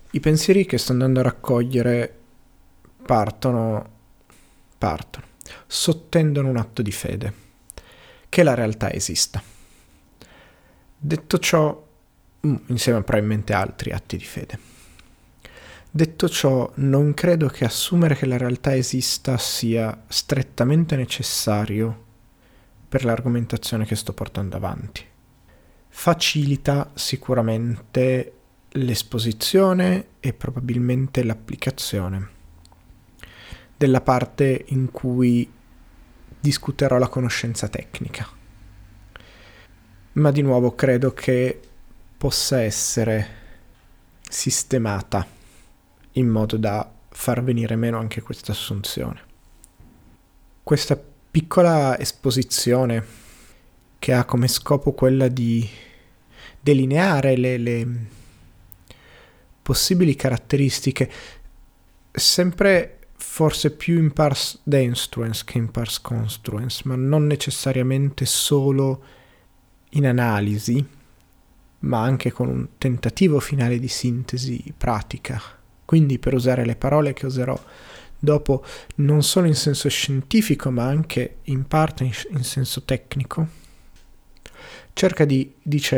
I pensieri che sto andando a raccogliere partono, sottendono un atto di fede, che la realtà esista. Detto ciò, insieme a probabilmente altri atti di fede. Detto ciò, non credo che assumere che la realtà esista sia strettamente necessario per l'argomentazione che sto portando avanti. Facilita sicuramente l'esposizione e probabilmente l'applicazione della parte in cui discuterò la conoscenza tecnica. Ma di nuovo credo che possa essere sistemata in modo da far venire meno anche questa assunzione. Questa piccola esposizione, che ha come scopo quella di delineare le possibili caratteristiche, sempre forse più in pars demonstrans che in pars construens, ma non necessariamente solo in analisi, ma anche con un tentativo finale di sintesi pratica. Quindi, per usare le parole che userò dopo, non solo in senso scientifico, ma anche in parte in senso tecnico, cerca di,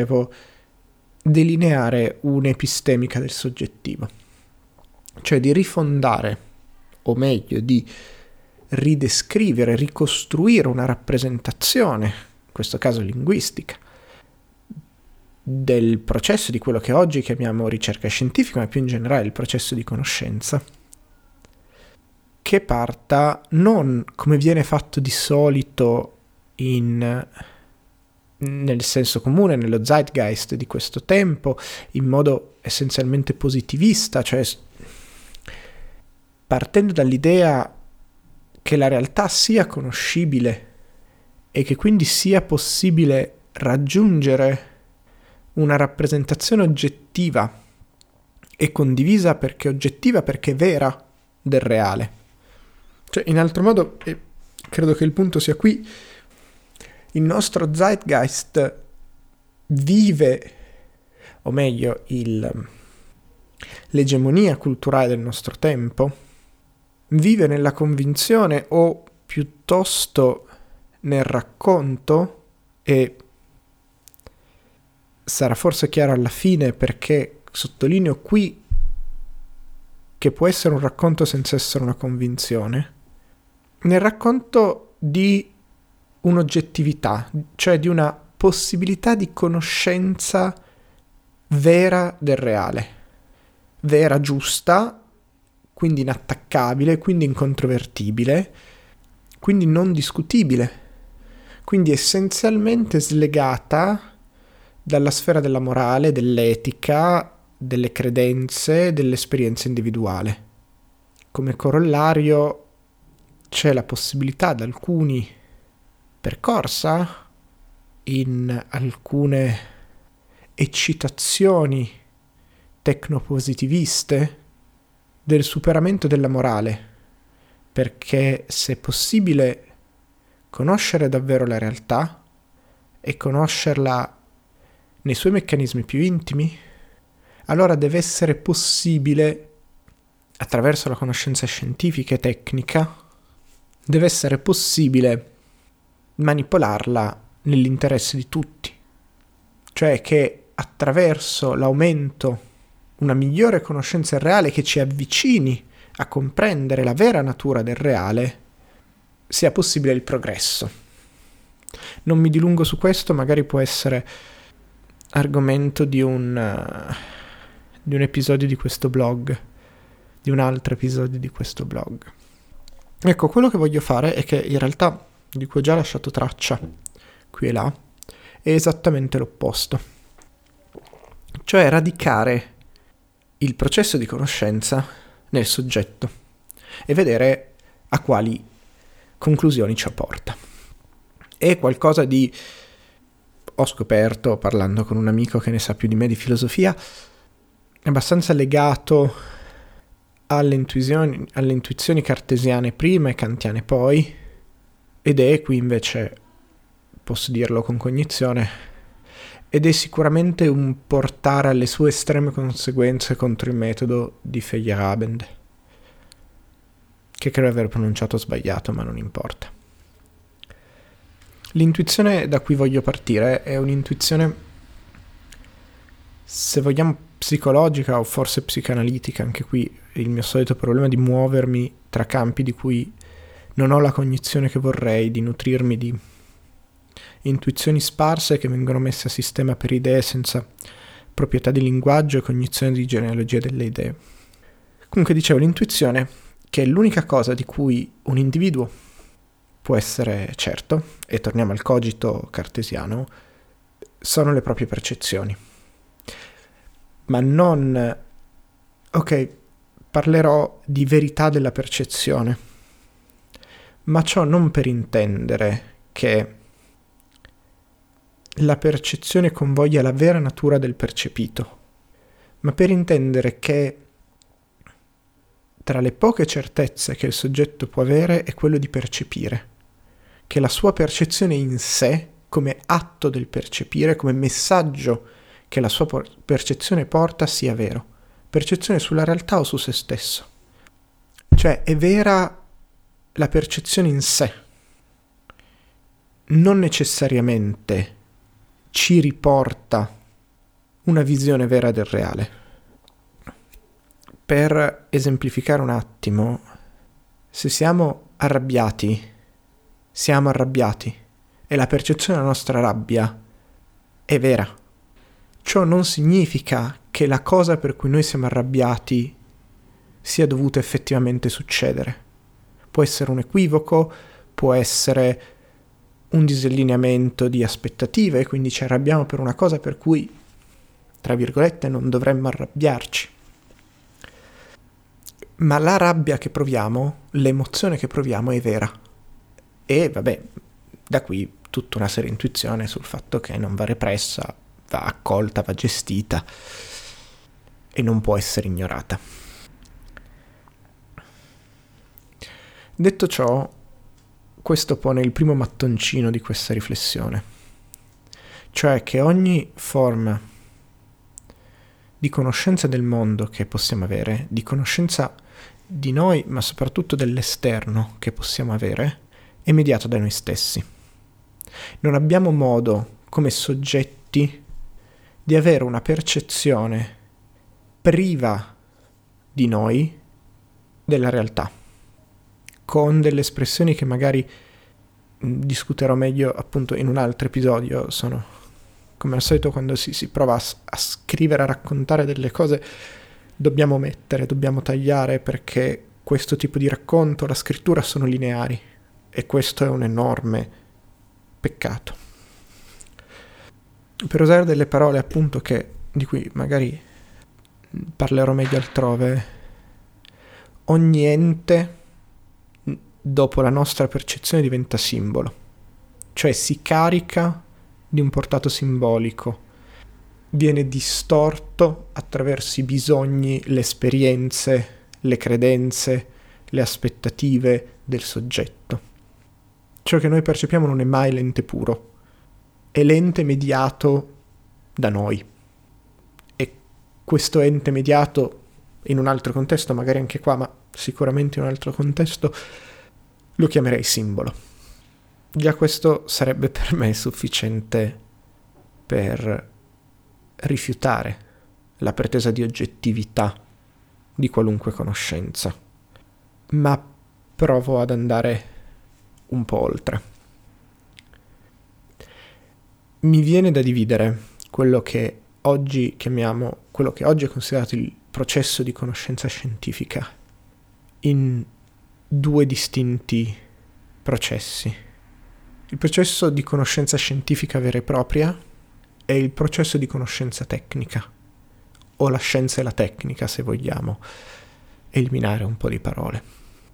delineare un'epistemica del soggettivo, cioè di rifondare, o meglio, di ridescrivere, ricostruire una rappresentazione, in questo caso linguistica, del processo di quello che oggi chiamiamo ricerca scientifica, ma più in generale il processo di conoscenza, che parta non come viene fatto di solito nel senso comune, nello zeitgeist di questo tempo, in modo essenzialmente positivista, cioè partendo dall'idea che la realtà sia conoscibile e che quindi sia possibile raggiungere una rappresentazione oggettiva e condivisa, perché oggettiva, perché vera, del reale. Cioè, in altro modo, e credo che il punto sia qui, il nostro zeitgeist vive, o meglio, l'egemonia culturale del nostro tempo, vive nella convinzione, o piuttosto nel racconto, e sarà forse chiaro alla fine perché sottolineo qui che può essere un racconto senza essere una convinzione, nel racconto di un'oggettività, cioè di una possibilità di conoscenza vera del reale, vera, giusta, quindi inattaccabile, quindi incontrovertibile, quindi non discutibile, quindi essenzialmente slegata dalla sfera della morale, dell'etica, delle credenze, dell'esperienza individuale. Come corollario c'è la possibilità da alcuni percorsa in alcune eccitazioni tecnopositiviste del superamento della morale, perché se è possibile conoscere davvero la realtà e conoscerla nei suoi meccanismi più intimi, allora deve essere possibile, attraverso la conoscenza scientifica e tecnica, deve essere possibile manipolarla nell'interesse di tutti. Cioè che attraverso l'aumento, una migliore conoscenza del reale che ci avvicini a comprendere la vera natura del reale, sia possibile il progresso. Non mi dilungo su questo, magari può essere argomento di un episodio di questo blog, di un altro episodio di questo blog. Ecco, quello che voglio fare è che in realtà, di cui ho già lasciato traccia qui e là, è esattamente l'opposto. Cioè radicare il processo di conoscenza nel soggetto e vedere a quali conclusioni ci porta. È qualcosa di... ho scoperto, parlando con un amico che ne sa più di me di filosofia, abbastanza legato alle intuizioni cartesiane prima e kantiane poi, ed è qui invece, posso dirlo con cognizione, ed è sicuramente un portare alle sue estreme conseguenze contro il metodo di Feyerabend, che credo di aver pronunciato sbagliato, ma non importa. L'intuizione da cui voglio partire è un'intuizione, se vogliamo, psicologica o forse psicanalitica. Anche qui il mio solito problema di muovermi tra campi di cui non ho la cognizione che vorrei, di nutrirmi di intuizioni sparse che vengono messe a sistema per idee senza proprietà di linguaggio e cognizione di genealogia delle idee. Comunque dicevo, l'intuizione, che è l'unica cosa di cui un individuo può essere certo, e torniamo al cogito cartesiano, sono le proprie percezioni. Ma non... Ok, parlerò di verità della percezione, ma ciò non per intendere che la percezione convoglia la vera natura del percepito, ma per intendere che tra le poche certezze che il soggetto può avere è quello di percepire, che la sua percezione in sé, come atto del percepire, come messaggio che la sua percezione porta, sia vero. Percezione sulla realtà o su se stesso. Cioè è vera la percezione in sé, non necessariamente ci riporta una visione vera del reale. Per esemplificare un attimo, se siamo arrabbiati e la percezione della nostra rabbia è vera. Ciò non significa che la cosa per cui noi siamo arrabbiati sia dovuta effettivamente succedere. Può essere un equivoco, può essere un disallineamento di aspettative, quindi ci arrabbiamo per una cosa per cui, tra virgolette, non dovremmo arrabbiarci. Ma la rabbia che proviamo, l'emozione che proviamo è vera. E vabbè, da qui tutta una seria intuizione sul fatto che non va repressa, va accolta, va gestita e non può essere ignorata. Detto ciò, questo pone il primo mattoncino di questa riflessione, cioè che ogni forma di conoscenza del mondo che possiamo avere, di conoscenza di noi, ma soprattutto dell'esterno che possiamo avere, è mediato da noi stessi. Non abbiamo modo, come soggetti, di avere una percezione priva di noi della realtà, con delle espressioni che magari discuterò meglio appunto in un altro episodio. Sono, come al solito, quando si prova a scrivere, a raccontare delle cose, dobbiamo tagliare, perché questo tipo di racconto, la scrittura, sono lineari e questo è un enorme peccato. Per usare delle parole appunto di cui magari parlerò meglio altrove, ogni ente dopo la nostra percezione diventa simbolo, cioè si carica di un portato simbolico, viene distorto attraverso i bisogni, le esperienze, le credenze, le aspettative del soggetto. Ciò che noi percepiamo non è mai l'ente puro, è l'ente mediato da noi. E questo ente mediato, in un altro contesto, magari anche qua, ma sicuramente in un altro contesto, lo chiamerei simbolo. Già questo sarebbe per me sufficiente per rifiutare la pretesa di oggettività di qualunque conoscenza. Ma provo ad andare un po' oltre. Mi viene da dividere quello che oggi è considerato il processo di conoscenza scientifica in due distinti processi. Il processo di conoscenza scientifica vera e propria e il processo di conoscenza tecnica, o la scienza e la tecnica, se vogliamo eliminare un po' di parole.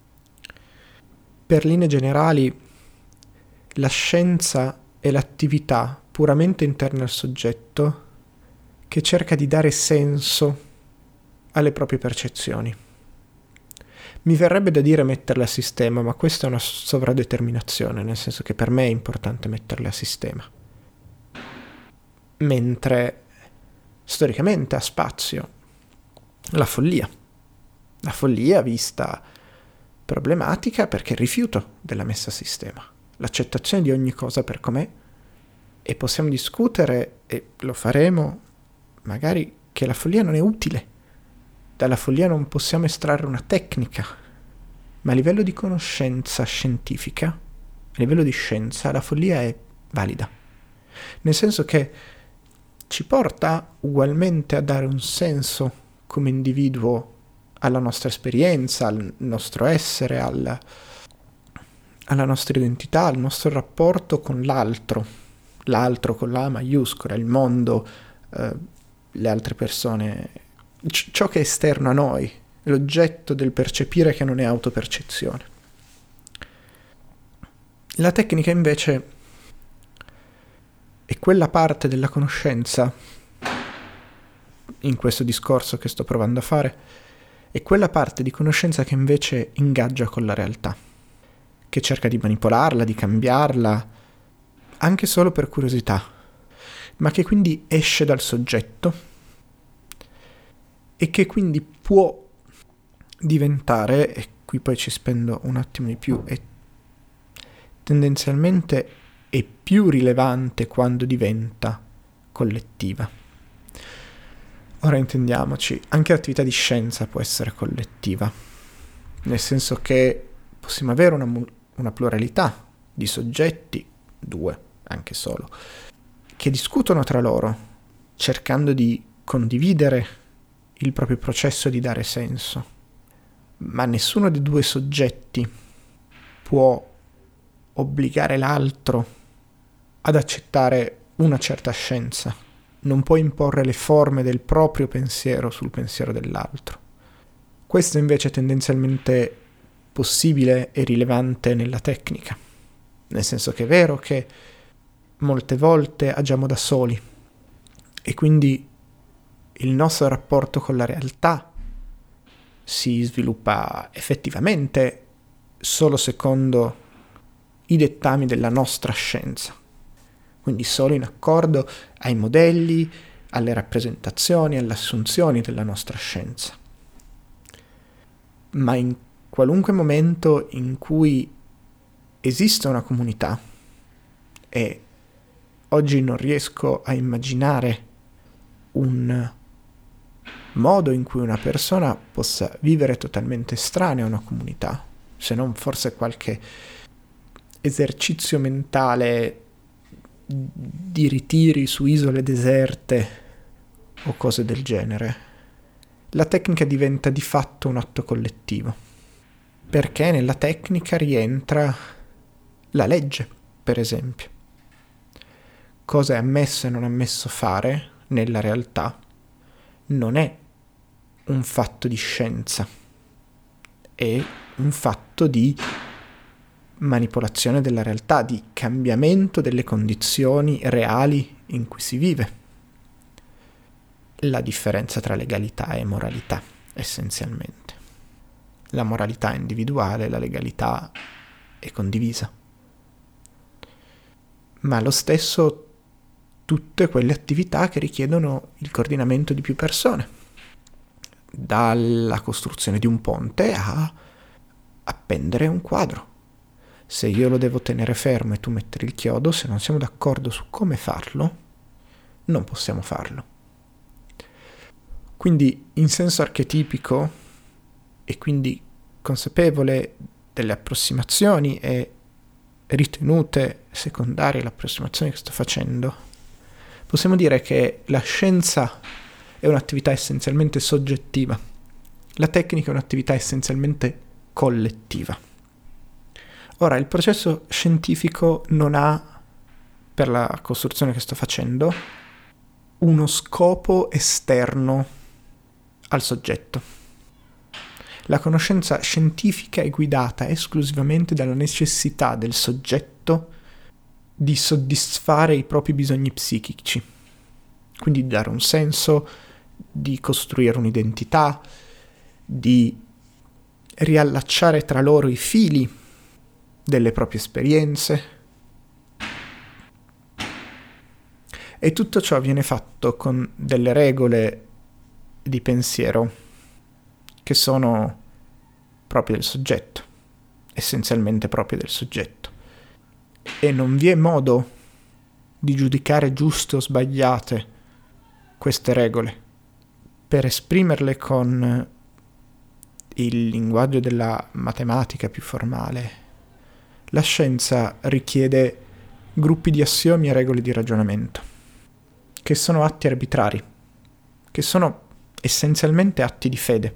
Per linee generali, la scienza è l'attività puramente interna al soggetto che cerca di dare senso alle proprie percezioni. Mi verrebbe da dire metterle a sistema, ma questa è una sovradeterminazione, nel senso che per me è importante metterle a sistema. mentre storicamente ha spazio la follia. La follia vista problematica perché il rifiuto della messa a sistema, l'accettazione di ogni cosa per com'è, e possiamo discutere, e lo faremo, magari che la follia non è utile. Dalla follia non possiamo estrarre una tecnica, ma a livello di conoscenza scientifica, a livello di scienza, la follia è valida. Nel senso che ci porta ugualmente a dare un senso come individuo alla nostra esperienza, al nostro essere, alla nostra identità, al nostro rapporto con l'altro con la A maiuscola, il mondo, le altre persone, ciò che è esterno a noi, l'oggetto del percepire che non è autopercezione. La tecnica invece è quella parte della conoscenza, in questo discorso che sto provando a fare, è quella parte di conoscenza che invece ingaggia con la realtà, che cerca di manipolarla, di cambiarla, anche solo per curiosità, ma che quindi esce dal soggetto e che quindi può diventare, e qui poi ci spendo un attimo di più, e tendenzialmente è più rilevante quando diventa collettiva. Ora intendiamoci, anche l'attività di scienza può essere collettiva, nel senso che possiamo avere una pluralità di soggetti, 2, anche solo, che discutono tra loro, cercando di condividere il proprio processo di dare senso. Ma nessuno dei 2 soggetti può obbligare l'altro ad accettare una certa scienza. Non può imporre le forme del proprio pensiero sul pensiero dell'altro. Questo invece è tendenzialmente possibile e rilevante nella tecnica, nel senso che è vero che molte volte agiamo da soli e quindi il nostro rapporto con la realtà si sviluppa effettivamente solo secondo i dettami della nostra scienza, quindi solo in accordo ai modelli, alle rappresentazioni, alle assunzioni della nostra scienza. Ma in qualunque momento in cui esiste una comunità, e oggi non riesco a immaginare un modo in cui una persona possa vivere totalmente estranea a una comunità, se non forse qualche esercizio mentale di ritiri su isole deserte o cose del genere. La tecnica diventa di fatto un atto collettivo, perché nella tecnica rientra la legge, per esempio. Cosa è ammesso e non ammesso fare nella realtà non è un fatto di scienza, è un fatto di manipolazione della realtà, di cambiamento delle condizioni reali in cui si vive. La differenza tra legalità e moralità, essenzialmente. La moralità è individuale, la legalità è condivisa. Ma lo stesso tutte quelle attività che richiedono il coordinamento di più persone, dalla costruzione di un ponte a appendere un quadro. Se io lo devo tenere fermo e tu mettere il chiodo, se non siamo d'accordo su come farlo, non possiamo farlo. Quindi in senso archetipico e quindi consapevole delle approssimazioni e ritenute secondarie all'approssimazione che sto facendo, possiamo dire che la scienza è un'attività essenzialmente soggettiva, la tecnica è un'attività essenzialmente collettiva. Ora, il processo scientifico non ha, per la costruzione che sto facendo, uno scopo esterno al soggetto. La conoscenza scientifica è guidata esclusivamente dalla necessità del soggetto di soddisfare i propri bisogni psichici, quindi di dare un senso, di costruire un'identità, di riallacciare tra loro i fili delle proprie esperienze. E tutto ciò viene fatto con delle regole di pensiero che sono proprie del soggetto, essenzialmente proprie del soggetto. E non vi è modo di giudicare giuste o sbagliate queste regole. Per esprimerle con il linguaggio della matematica più formale, la scienza richiede gruppi di assiomi e regole di ragionamento, che sono atti arbitrari, che sono essenzialmente atti di fede.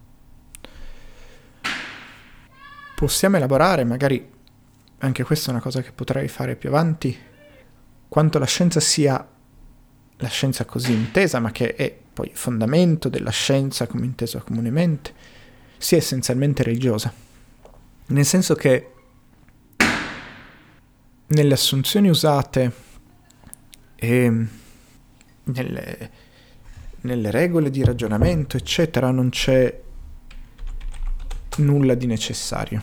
Possiamo elaborare, magari anche questa è una cosa che potrei fare più avanti, quanto la scienza sia la scienza così intesa, ma che è poi il fondamento della scienza come intesa comunemente, sia essenzialmente religiosa. Nel senso che nelle assunzioni usate e nelle regole di ragionamento, eccetera, non c'è nulla di necessario.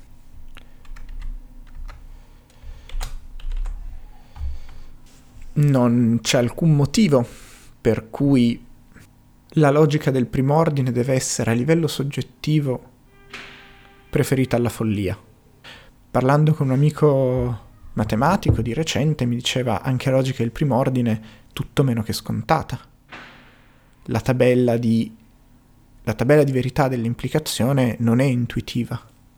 Non c'è alcun motivo per cui la logica del prim'ordine deve essere a livello soggettivo preferita alla follia. Parlando con un amico matematico di recente mi diceva anche la logica del prim'ordine tutto meno che scontata. La tabella di verità dell'implicazione non è intuitiva.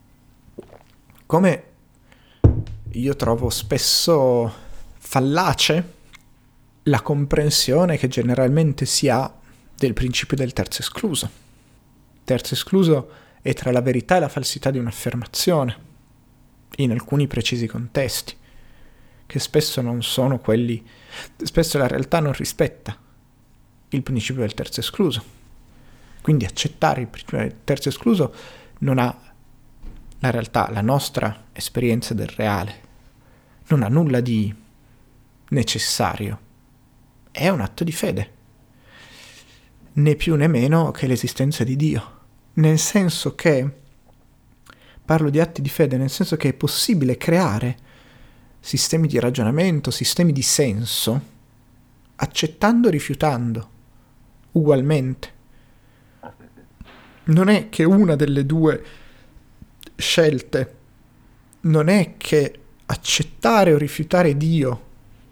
Come io trovo spesso fallace la comprensione che generalmente si ha del principio del terzo escluso. Il terzo escluso è tra la verità e la falsità di un'affermazione, in alcuni precisi contesti, che spesso non sono quelli, spesso la realtà non rispetta il principio del terzo escluso. Quindi accettare il principio del terzo escluso non ha la realtà, la nostra esperienza del reale, non ha nulla di necessario. È un atto di fede, né più né meno che l'esistenza di Dio, nel senso che, parlo di atti di fede, nel senso che è possibile creare sistemi di ragionamento, sistemi di senso, accettando e rifiutando, ugualmente. Non è che una delle due scelte, non è che accettare o rifiutare Dio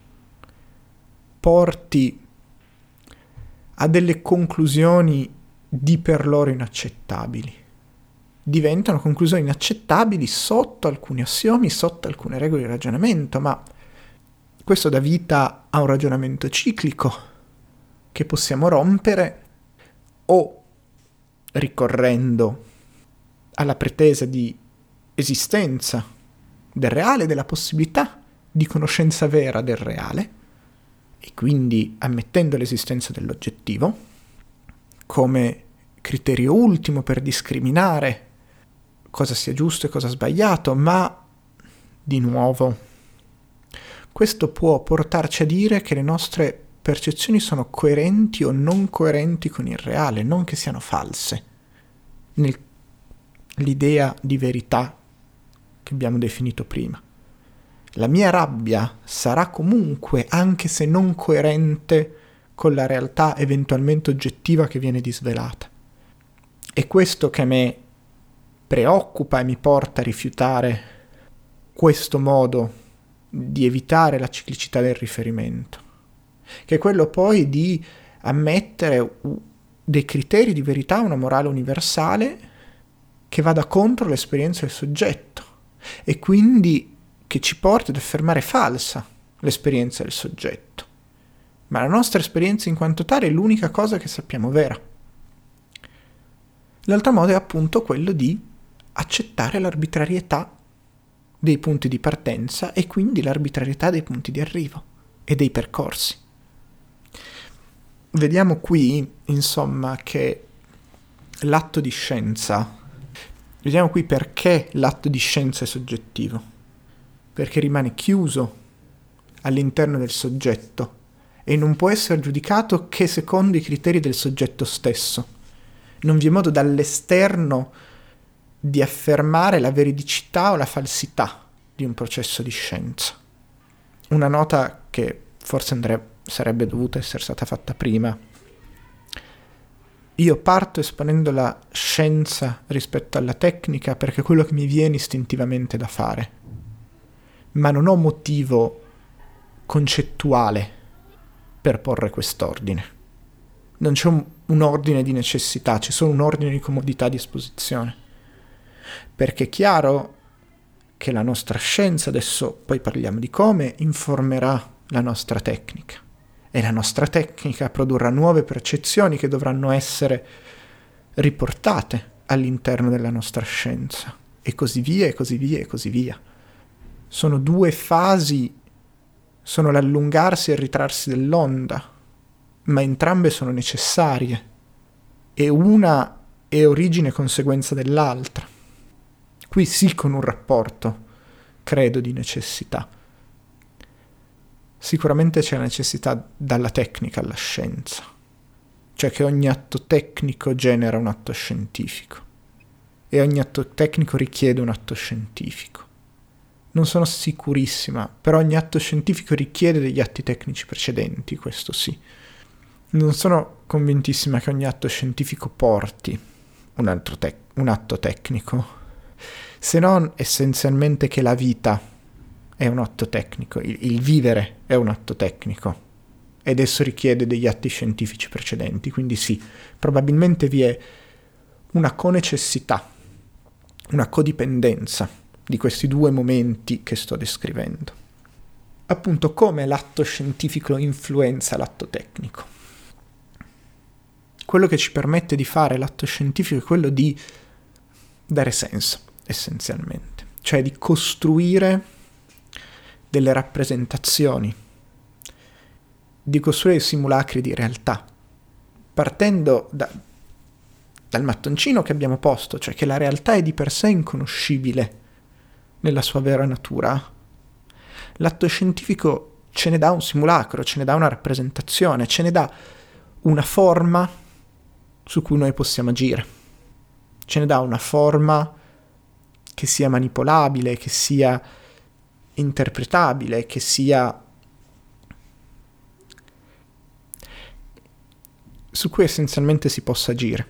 porti a delle conclusioni di per loro inaccettabili. Diventano conclusioni inaccettabili sotto alcuni assiomi, sotto alcune regole di ragionamento, ma questo dà vita a un ragionamento ciclico che possiamo rompere o ricorrendo alla pretesa di esistenza del reale, della possibilità di conoscenza vera del reale, e quindi ammettendo l'esistenza dell'oggettivo come criterio ultimo per discriminare cosa sia giusto e cosa sbagliato, ma di nuovo questo può portarci a dire che le nostre percezioni sono coerenti o non coerenti con il reale, non che siano false. L'idea di verità che abbiamo definito prima. La mia rabbia sarà comunque, anche se non coerente con la realtà eventualmente oggettiva che viene disvelata. È questo che a me preoccupa e mi porta a rifiutare questo modo di evitare la ciclicità del riferimento, che è quello poi di ammettere dei criteri di verità, una morale universale che vada contro l'esperienza del soggetto e quindi che ci porta ad affermare falsa l'esperienza del soggetto. Ma la nostra esperienza in quanto tale è l'unica cosa che sappiamo vera. L'altro modo è appunto quello di accettare l'arbitrarietà dei punti di partenza e quindi l'arbitrarietà dei punti di arrivo e dei percorsi. Vediamo qui, insomma, che l'atto di scienza, vediamo qui perché l'atto di scienza è soggettivo. Perché rimane chiuso all'interno del soggetto e non può essere giudicato che secondo i criteri del soggetto stesso. Non vi è modo dall'esterno di affermare la veridicità o la falsità di un processo di scienza. Una nota che forse sarebbe dovuta essere stata fatta prima. Io parto esponendo la scienza rispetto alla tecnica perché è quello che mi viene istintivamente da fare, ma non ho motivo concettuale per porre quest'ordine. Non c'è un ordine di necessità, c'è solo un ordine di comodità di esposizione. Perché è chiaro che la nostra scienza, adesso poi parliamo di come, informerà la nostra tecnica. E la nostra tecnica produrrà nuove percezioni che dovranno essere riportate all'interno della nostra scienza. E così via, e così via, e così via. Sono due fasi, sono l'allungarsi e il ritrarsi dell'onda, ma entrambe sono necessarie. E una è origine e conseguenza dell'altra. Qui sì con un rapporto, credo, di necessità. Sicuramente c'è la necessità dalla tecnica alla scienza, cioè che ogni atto tecnico genera un atto scientifico e ogni atto tecnico richiede un atto scientifico. Non sono sicurissima, però ogni atto scientifico richiede degli atti tecnici precedenti, questo sì. Non sono convintissima che ogni atto scientifico porti un atto tecnico, se non essenzialmente che la vita è un atto tecnico, il vivere è un atto tecnico ed esso richiede degli atti scientifici precedenti, quindi sì, probabilmente vi è una conecessità, una codipendenza di questi due momenti che sto descrivendo. Appunto, come l'atto scientifico influenza l'atto tecnico. Quello che ci permette di fare l'atto scientifico è quello di dare senso, essenzialmente, cioè di costruire delle rappresentazioni, di costruire simulacri di realtà, partendo dal mattoncino che abbiamo posto, cioè che la realtà è di per sé inconoscibile nella sua vera natura. L'atto scientifico ce ne dà un simulacro, ce ne dà una rappresentazione, ce ne dà una forma su cui noi possiamo agire, ce ne dà una forma che sia manipolabile, che sia interpretabile, che sia su cui essenzialmente si possa agire.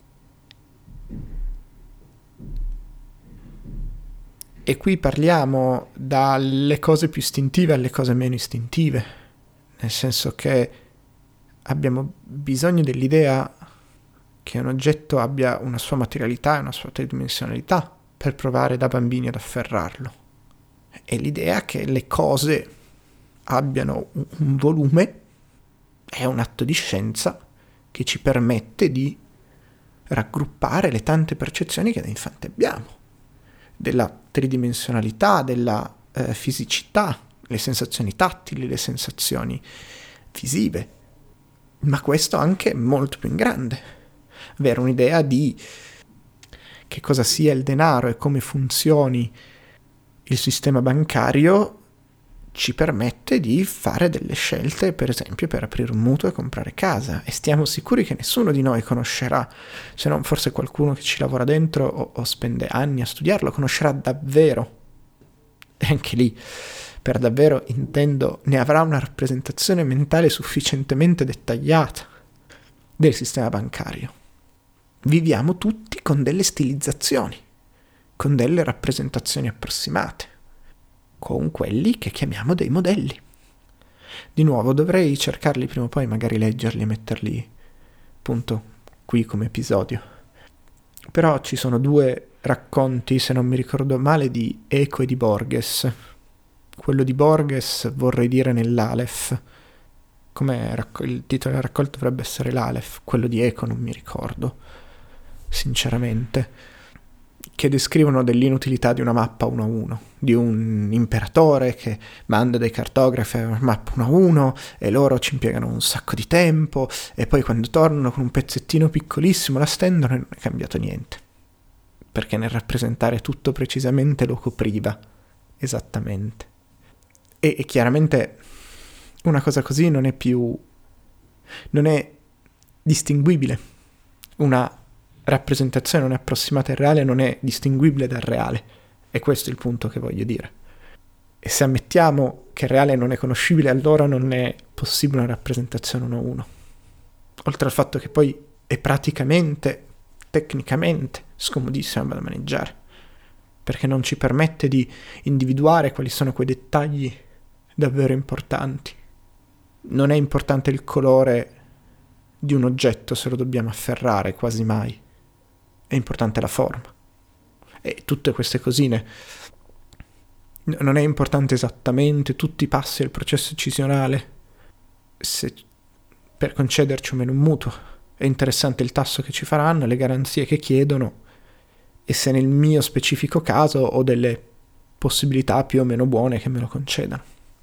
E qui parliamo dalle cose più istintive alle cose meno istintive, nel senso che abbiamo bisogno dell'idea che un oggetto abbia una sua materialità e una sua tridimensionalità per provare da bambini ad afferrarlo. E l'idea che le cose abbiano un volume è un atto di scienza che ci permette di raggruppare le tante percezioni che da infante abbiamo, della tridimensionalità, della fisicità, le sensazioni tattili, le sensazioni visive, ma questo anche molto più in grande, avere un'idea di che cosa sia il denaro e come funzioni il sistema bancario ci permette di fare delle scelte, per esempio per aprire un mutuo e comprare casa, e stiamo sicuri che nessuno di noi conoscerà, se non forse qualcuno che ci lavora dentro o spende anni a studiarlo, conoscerà davvero, e anche lì per davvero intendo ne avrà una rappresentazione mentale sufficientemente dettagliata del sistema bancario. Viviamo tutti con delle stilizzazioni, con delle rappresentazioni approssimate, con quelli che chiamiamo dei modelli. Di nuovo, dovrei cercarli prima o poi, magari leggerli e metterli appunto qui come episodio. Però ci sono due racconti, se non mi ricordo male, di Eco e di Borges. Quello di Borges vorrei dire nell'Aleph. Il titolo del raccolto dovrebbe essere l'Aleph. Quello di Eco non mi ricordo, sinceramente, che descrivono dell'inutilità di una mappa 1 a 1, di un imperatore che manda dei cartografi a una mappa 1 a 1 e loro ci impiegano un sacco di tempo e poi quando tornano con un pezzettino piccolissimo la stendono e non è cambiato niente, perché nel rappresentare tutto precisamente lo copriva esattamente. E chiaramente una cosa così non è distinguibile. Una rappresentazione non è approssimata al reale, non è distinguibile dal reale, e questo è il punto che voglio dire. E se ammettiamo che il reale non è conoscibile, allora non è possibile una rappresentazione 1-1. Oltre al fatto che poi è praticamente, tecnicamente, scomodissima da maneggiare, perché non ci permette di individuare quali sono quei dettagli davvero importanti. Non è importante il colore di un oggetto se lo dobbiamo afferrare, quasi mai. È importante la forma. E tutte queste cosine. Non è importante esattamente tutti i passi del processo decisionale per concederci o meno un mutuo. È interessante il tasso che ci faranno, le garanzie che chiedono e se nel mio specifico caso ho delle possibilità più o meno buone che me lo concedano.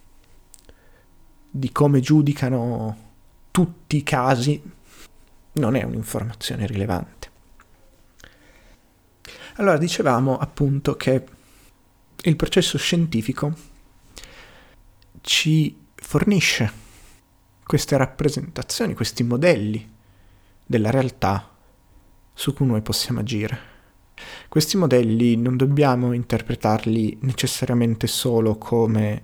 Di come giudicano tutti i casi non è un'informazione rilevante. Allora, dicevamo appunto che il processo scientifico ci fornisce queste rappresentazioni, questi modelli della realtà su cui noi possiamo agire. Questi modelli non dobbiamo interpretarli necessariamente solo come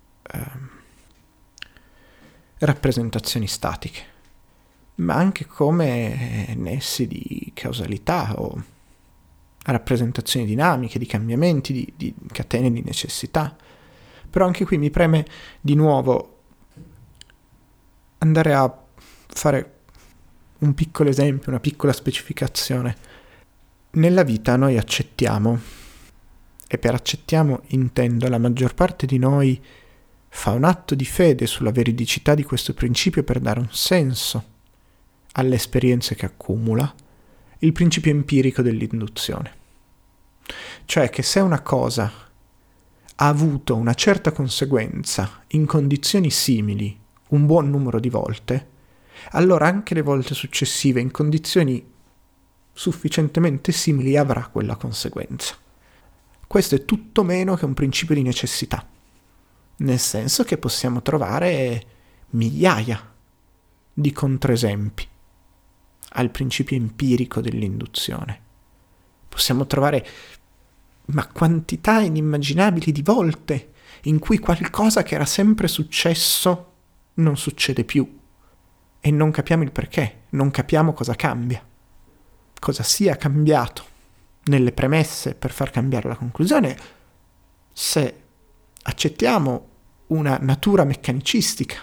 rappresentazioni statiche, ma anche come nessi di causalità o rappresentazioni dinamiche, di cambiamenti, di catene di necessità. Però anche qui mi preme di nuovo andare a fare un piccolo esempio, una piccola specificazione. Nella vita noi accettiamo, e per accettiamo intendo la maggior parte di noi fa un atto di fede sulla veridicità di questo principio per dare un senso alle esperienze che accumula, il principio empirico dell'induzione. Cioè che se una cosa ha avuto una certa conseguenza in condizioni simili un buon numero di volte, allora anche le volte successive in condizioni sufficientemente simili avrà quella conseguenza. Questo è tutto meno che un principio di necessità, nel senso che possiamo trovare migliaia di controesempi al principio empirico dell'induzione. Possiamo trovare quantità inimmaginabili di volte in cui qualcosa che era sempre successo non succede più e non capiamo il perché, non capiamo cosa cambia, cosa sia cambiato nelle premesse per far cambiare la conclusione se accettiamo una natura meccanicistica.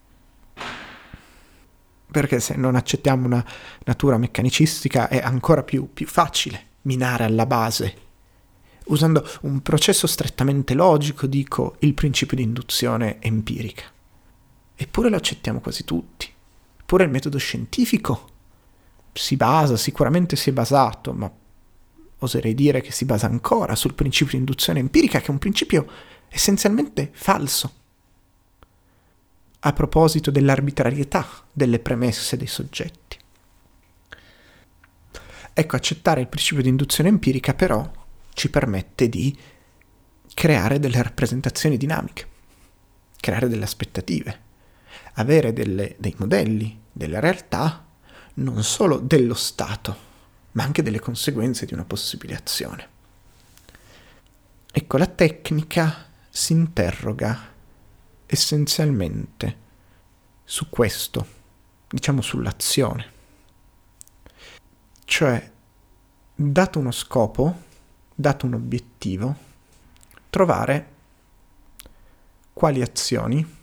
Perché se non accettiamo una natura meccanicistica è ancora più facile minare alla base. Usando un processo strettamente logico, dico il principio di induzione empirica. Eppure lo accettiamo quasi tutti. Eppure il metodo scientifico sicuramente si è basato, ma oserei dire che si basa ancora sul principio di induzione empirica, che è un principio essenzialmente falso. A proposito dell'arbitrarietà delle premesse dei soggetti. Ecco, accettare il principio di induzione empirica però ci permette di creare delle rappresentazioni dinamiche, creare delle aspettative, avere dei modelli della realtà, non solo dello stato, ma anche delle conseguenze di una possibile azione. Ecco, la tecnica si interroga essenzialmente su questo, diciamo sull'azione. Cioè, dato uno scopo, dato un obiettivo, trovare quali azioni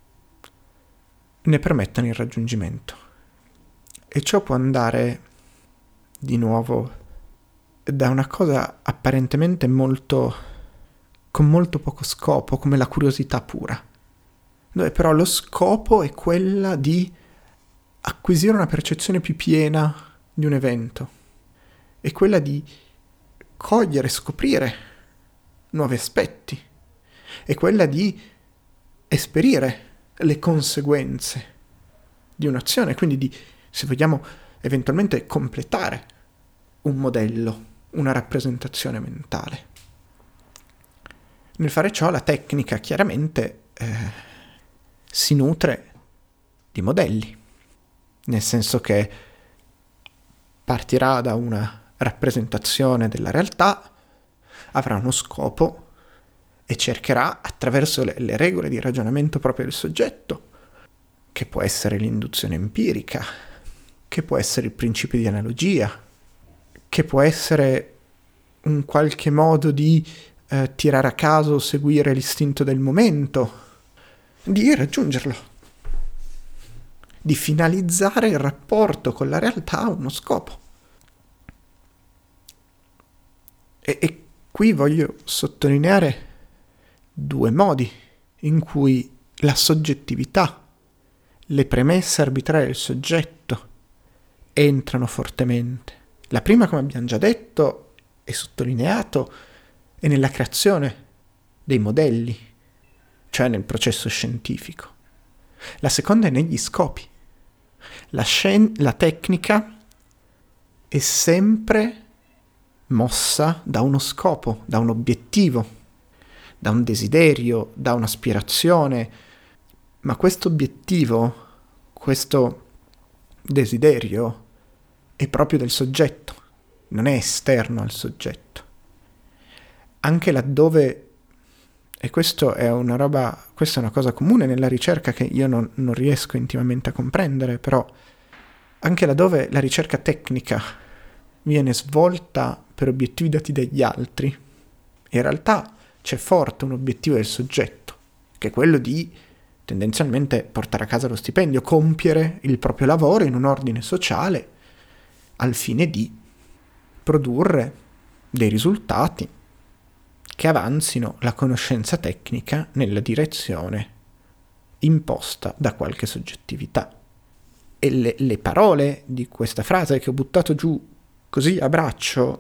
ne permettano il raggiungimento. E ciò può andare, di nuovo, da una cosa apparentemente con molto poco scopo, come la curiosità pura, dove però lo scopo è quella di acquisire una percezione più piena di un evento, è quella di cogliere, scoprire nuovi aspetti, è quella di esperire le conseguenze di un'azione, quindi di, se vogliamo, eventualmente completare un modello, una rappresentazione mentale. Nel fare ciò la tecnica chiaramente si nutre di modelli, nel senso che partirà da una rappresentazione della realtà, avrà uno scopo e cercherà, attraverso le regole di ragionamento proprio del soggetto, che può essere l'induzione empirica, che può essere il principio di analogia, che può essere un qualche modo di tirare a caso, seguire l'istinto del momento, di raggiungerlo, di finalizzare il rapporto con la realtà a uno scopo. E qui voglio sottolineare due modi in cui la soggettività, le premesse arbitrarie del soggetto entrano fortemente. La prima, come abbiamo già detto e sottolineato, è nella creazione dei modelli, cioè nel processo scientifico. La seconda è negli scopi. La tecnica è sempre mossa da uno scopo, da un obiettivo, da un desiderio, da un'aspirazione, ma questo obiettivo, questo desiderio è proprio del soggetto, non è esterno al soggetto. Anche laddove, e questa è una cosa comune nella ricerca che io non riesco intimamente a comprendere, però anche laddove la ricerca tecnica viene svolta per obiettivi dati dagli altri, in realtà c'è forte un obiettivo del soggetto, che è quello di tendenzialmente portare a casa lo stipendio, compiere il proprio lavoro in un ordine sociale al fine di produrre dei risultati che avanzino la conoscenza tecnica nella direzione imposta da qualche soggettività. E le parole di questa frase che ho buttato giù così a braccio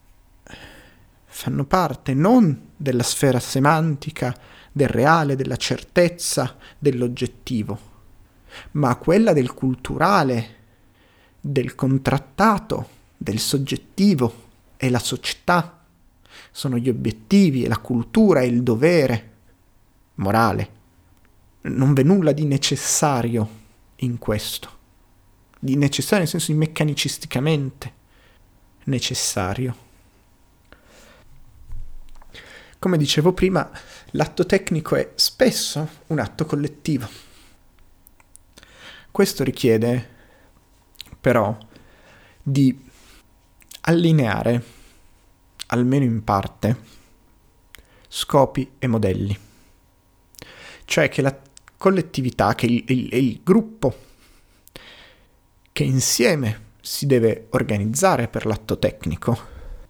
fanno parte non della sfera semantica, del reale, della certezza, dell'oggettivo, ma quella del culturale, del contrattato, del soggettivo e la società. Sono gli obiettivi e la cultura e il dovere morale. Non v'è nulla di necessario in questo. Di necessario nel senso di meccanicisticamente necessario. Come dicevo prima, l'atto tecnico è spesso un atto collettivo. Questo richiede però di allineare, almeno in parte, scopi e modelli. Cioè che la collettività, che il gruppo che insieme si deve organizzare per l'atto tecnico,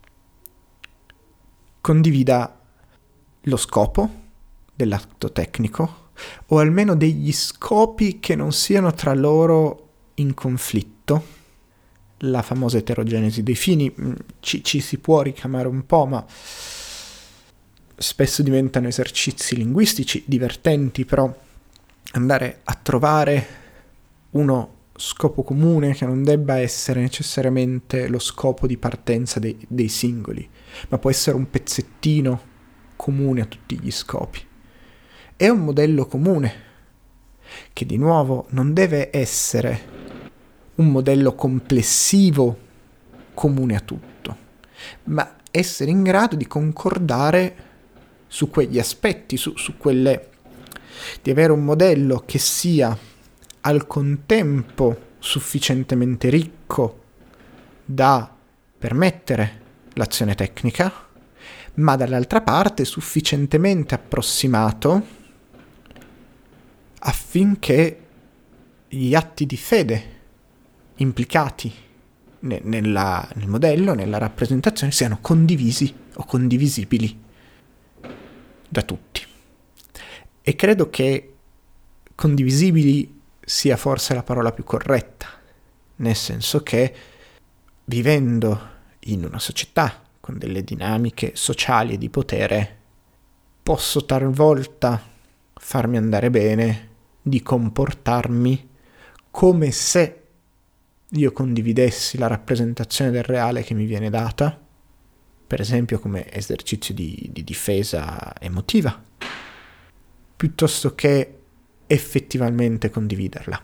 condivida lo scopo dell'atto tecnico, o almeno degli scopi che non siano tra loro in conflitto. La famosa eterogenesi dei fini ci si può ricamare un po', ma spesso diventano esercizi linguistici divertenti, però andare a trovare uno scopo comune che non debba essere necessariamente lo scopo di partenza dei singoli, ma può essere un pezzettino comune a tutti gli scopi. È un modello comune che di nuovo non deve essere un modello complessivo comune a tutto, ma essere in grado di concordare su quegli aspetti, su quelle, di avere un modello che sia al contempo sufficientemente ricco da permettere l'azione tecnica, ma dall'altra parte sufficientemente approssimato affinché gli atti di fede implicati nel modello, nella rappresentazione, siano condivisi o condivisibili da tutti. E credo che condivisibili sia forse la parola più corretta, nel senso che vivendo in una società con delle dinamiche sociali e di potere, posso talvolta farmi andare bene di comportarmi come se io condividessi la rappresentazione del reale che mi viene data, per esempio come esercizio di difesa emotiva, piuttosto che effettivamente condividerla.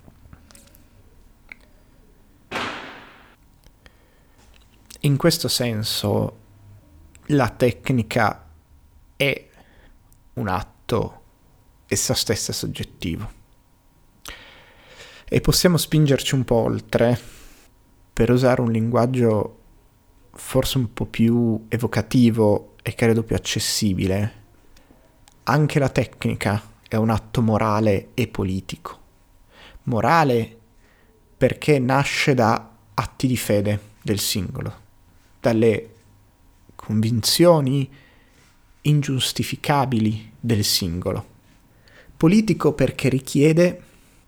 In questo senso la tecnica è un atto essa stessa soggettivo. E possiamo spingerci un po' oltre, per usare un linguaggio forse un po' più evocativo e credo più accessibile. Anche la tecnica è un atto morale e politico. Morale perché nasce da atti di fede del singolo, dalle convinzioni ingiustificabili del singolo. Politico perché richiede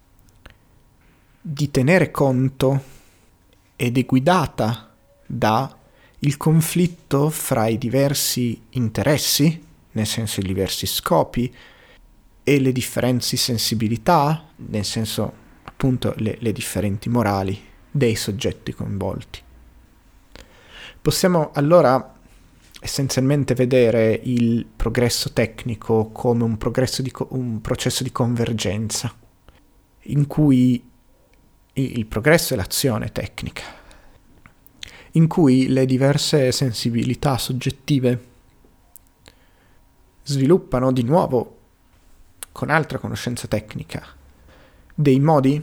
di tenere conto ed è guidata da il conflitto fra i diversi interessi, nel senso i diversi scopi, e le differenti sensibilità, nel senso appunto le differenti morali dei soggetti coinvolti. Possiamo allora essenzialmente vedere il progresso tecnico come un processo di convergenza, in cui il progresso è l'azione tecnica, in cui le diverse sensibilità soggettive sviluppano di nuovo, con altra conoscenza tecnica, dei modi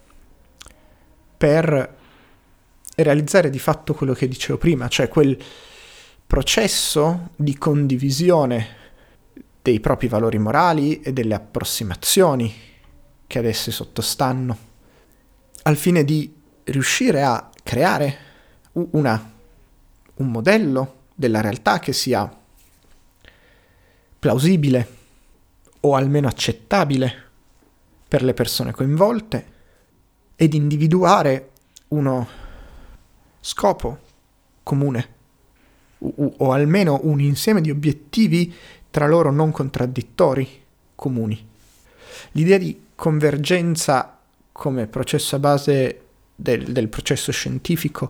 per realizzare di fatto quello che dicevo prima, cioè quel processo di condivisione dei propri valori morali e delle approssimazioni che ad esse sottostanno, al fine di riuscire a creare un modello della realtà che sia plausibile o almeno accettabile per le persone coinvolte ed individuare uno scopo comune o almeno un insieme di obiettivi tra loro non contraddittori comuni. L'idea di convergenza come processo a base del processo scientifico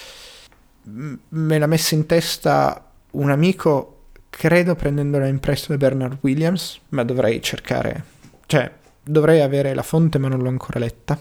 me l'ha messa in testa un amico, credo prendendola in prestito da Bernard Williams, ma dovrei avere la fonte ma non l'ho ancora letta,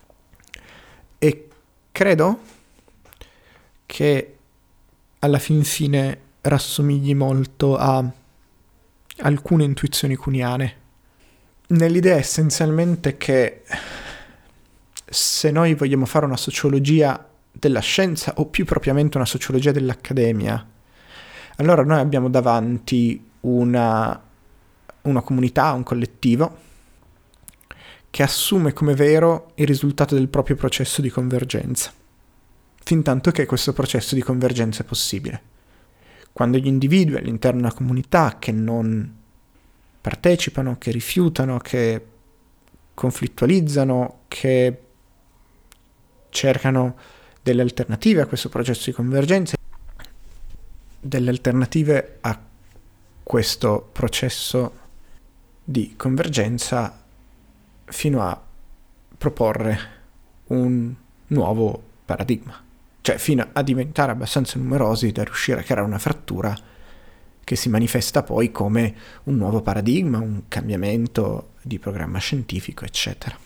e credo che alla fin fine rassomigli molto a alcune intuizioni kuhniane, nell'idea essenzialmente che se noi vogliamo fare una sociologia della scienza, o più propriamente una sociologia dell'accademia, allora noi abbiamo davanti una comunità, un collettivo, che assume come vero il risultato del proprio processo di convergenza, fintanto che questo processo di convergenza è possibile. Quando gli individui all'interno di una comunità che non partecipano, che rifiutano, che conflittualizzano, che cercano delle alternative a questo processo di convergenza, delle alternative a questo processo di convergenza, fino a proporre un nuovo paradigma, cioè fino a diventare abbastanza numerosi da riuscire a creare una frattura che si manifesta poi come un nuovo paradigma, un cambiamento di programma scientifico, eccetera.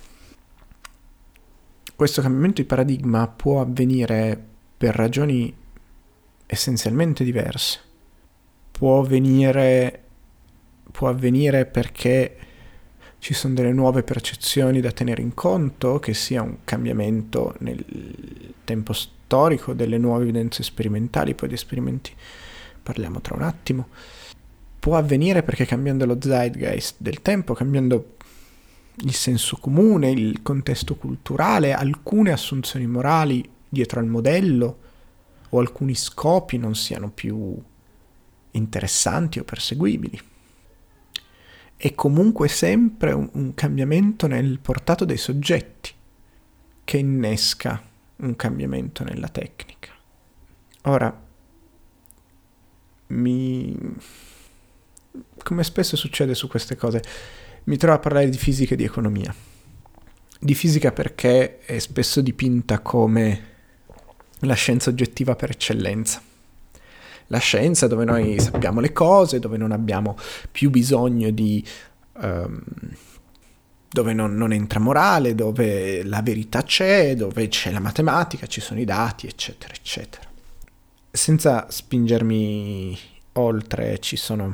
Questo cambiamento di paradigma può avvenire per ragioni essenzialmente diverse. Può avvenire perché ci sono delle nuove percezioni da tenere in conto, che sia un cambiamento nel tempo storico, delle nuove evidenze sperimentali, poi di esperimenti parliamo tra un attimo. Può avvenire perché cambiando lo zeitgeist del tempo, cambiando il senso comune, il contesto culturale, alcune assunzioni morali dietro al modello o alcuni scopi non siano più interessanti o perseguibili. È comunque sempre un cambiamento nel portato dei soggetti che innesca un cambiamento nella tecnica. Ora, come spesso succede su queste cose, mi trovo a parlare di fisica e di economia. Di fisica perché è spesso dipinta come la scienza oggettiva per eccellenza. La scienza dove noi sappiamo le cose, dove non abbiamo più bisogno di... dove non entra morale, dove la verità c'è, dove c'è la matematica, ci sono i dati, eccetera, eccetera. Senza spingermi oltre, ci sono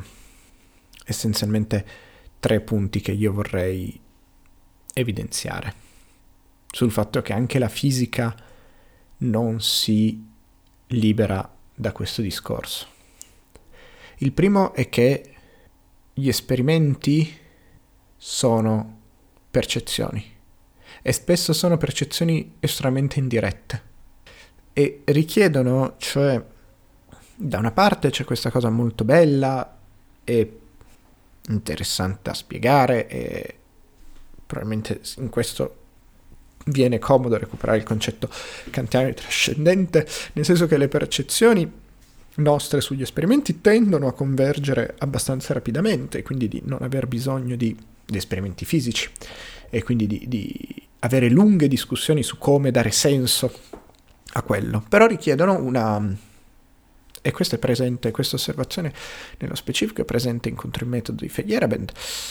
essenzialmente 3 punti che io vorrei evidenziare. sul fatto che anche la fisica non si libera da questo discorso. Il primo è che gli esperimenti sono percezioni e spesso sono percezioni estremamente indirette e richiedono, cioè, da una parte c'è questa cosa molto bella e interessante da spiegare e probabilmente in questo viene comodo recuperare il concetto kantiano di trascendente, nel senso che le percezioni nostre sugli esperimenti tendono a convergere abbastanza rapidamente, quindi di non aver bisogno di esperimenti fisici e quindi di avere lunghe discussioni su come dare senso a quello, però richiedono e questo è presente, questa osservazione nello specifico è presente in Contro il metodo di Feyerabend,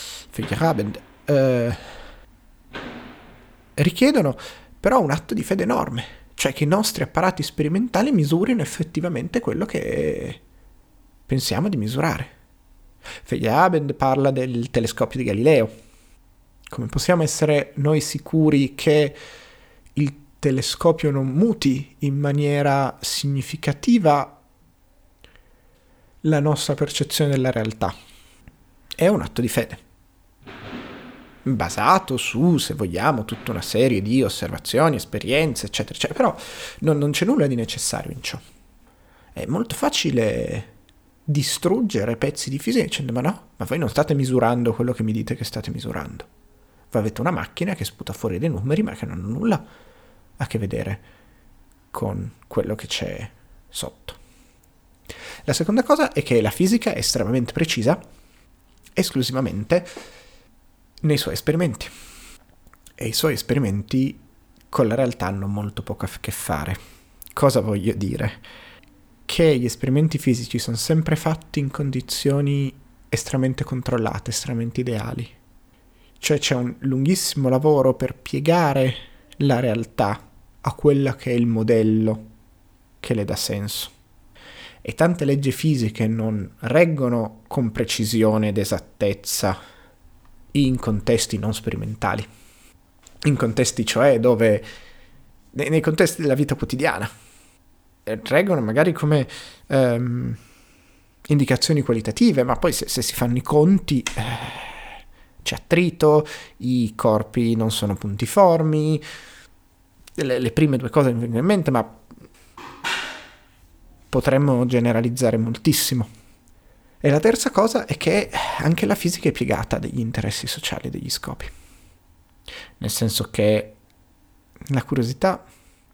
richiedono però un atto di fede enorme, cioè che i nostri apparati sperimentali misurino effettivamente quello che pensiamo di misurare. Feyerabend parla del telescopio di Galileo. Come possiamo essere noi sicuri che il telescopio non muti in maniera significativa la nostra percezione della realtà? È un atto di fede, basato su, se vogliamo, tutta una serie di osservazioni, esperienze, eccetera, eccetera. Però non c'è nulla di necessario in ciò. È molto facile distruggere pezzi di fisica dicendo ma voi non state misurando quello che mi dite che state misurando. Voi avete una macchina che sputa fuori dei numeri ma che non hanno nulla a che vedere con quello che c'è sotto. La seconda cosa è che la fisica è estremamente precisa esclusivamente nei suoi esperimenti. E i suoi esperimenti con la realtà hanno molto poco a che fare. Cosa voglio dire? Che gli esperimenti fisici sono sempre fatti in condizioni estremamente controllate, estremamente ideali. Cioè c'è un lunghissimo lavoro per piegare la realtà a quella che è il modello che le dà senso. E tante leggi fisiche non reggono con precisione ed esattezza in contesti non sperimentali, in contesti cioè dove, nei contesti della vita quotidiana, reggono magari come indicazioni qualitative, ma poi se si fanno i conti c'è attrito, i corpi non sono puntiformi, le prime due cose mi vengono in mente, ma potremmo generalizzare moltissimo. E la terza cosa è che anche la fisica è piegata degli interessi sociali, degli scopi. Nel senso che la curiosità,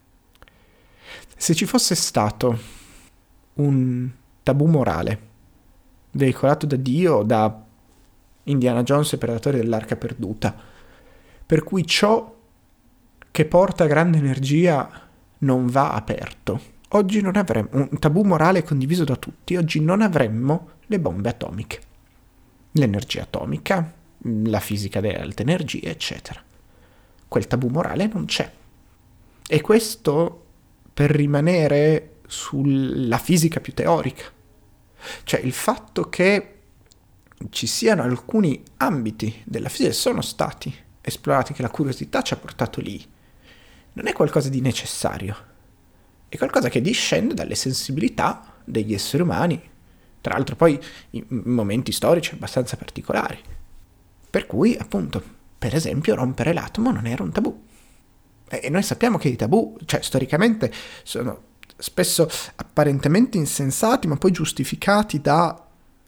se ci fosse stato un tabù morale veicolato da Dio o da Indiana Jones e Predatori dell'Arca Perduta, per cui ciò che porta grande energia non va aperto, oggi non avremmo un tabù morale condiviso da tutti, oggi non avremmo le bombe atomiche, l'energia atomica, la fisica delle alte energie, eccetera. Quel tabù morale non c'è. E questo per rimanere sulla fisica più teorica. Cioè il fatto che ci siano alcuni ambiti della fisica che sono stati esplorati, che la curiosità ci ha portato lì, non è qualcosa di necessario. È qualcosa che discende dalle sensibilità degli esseri umani, tra l'altro poi in momenti storici abbastanza particolari. Per cui, appunto, per esempio, rompere l'atomo non era un tabù. E noi sappiamo che i tabù, cioè storicamente, sono spesso apparentemente insensati, ma poi giustificati da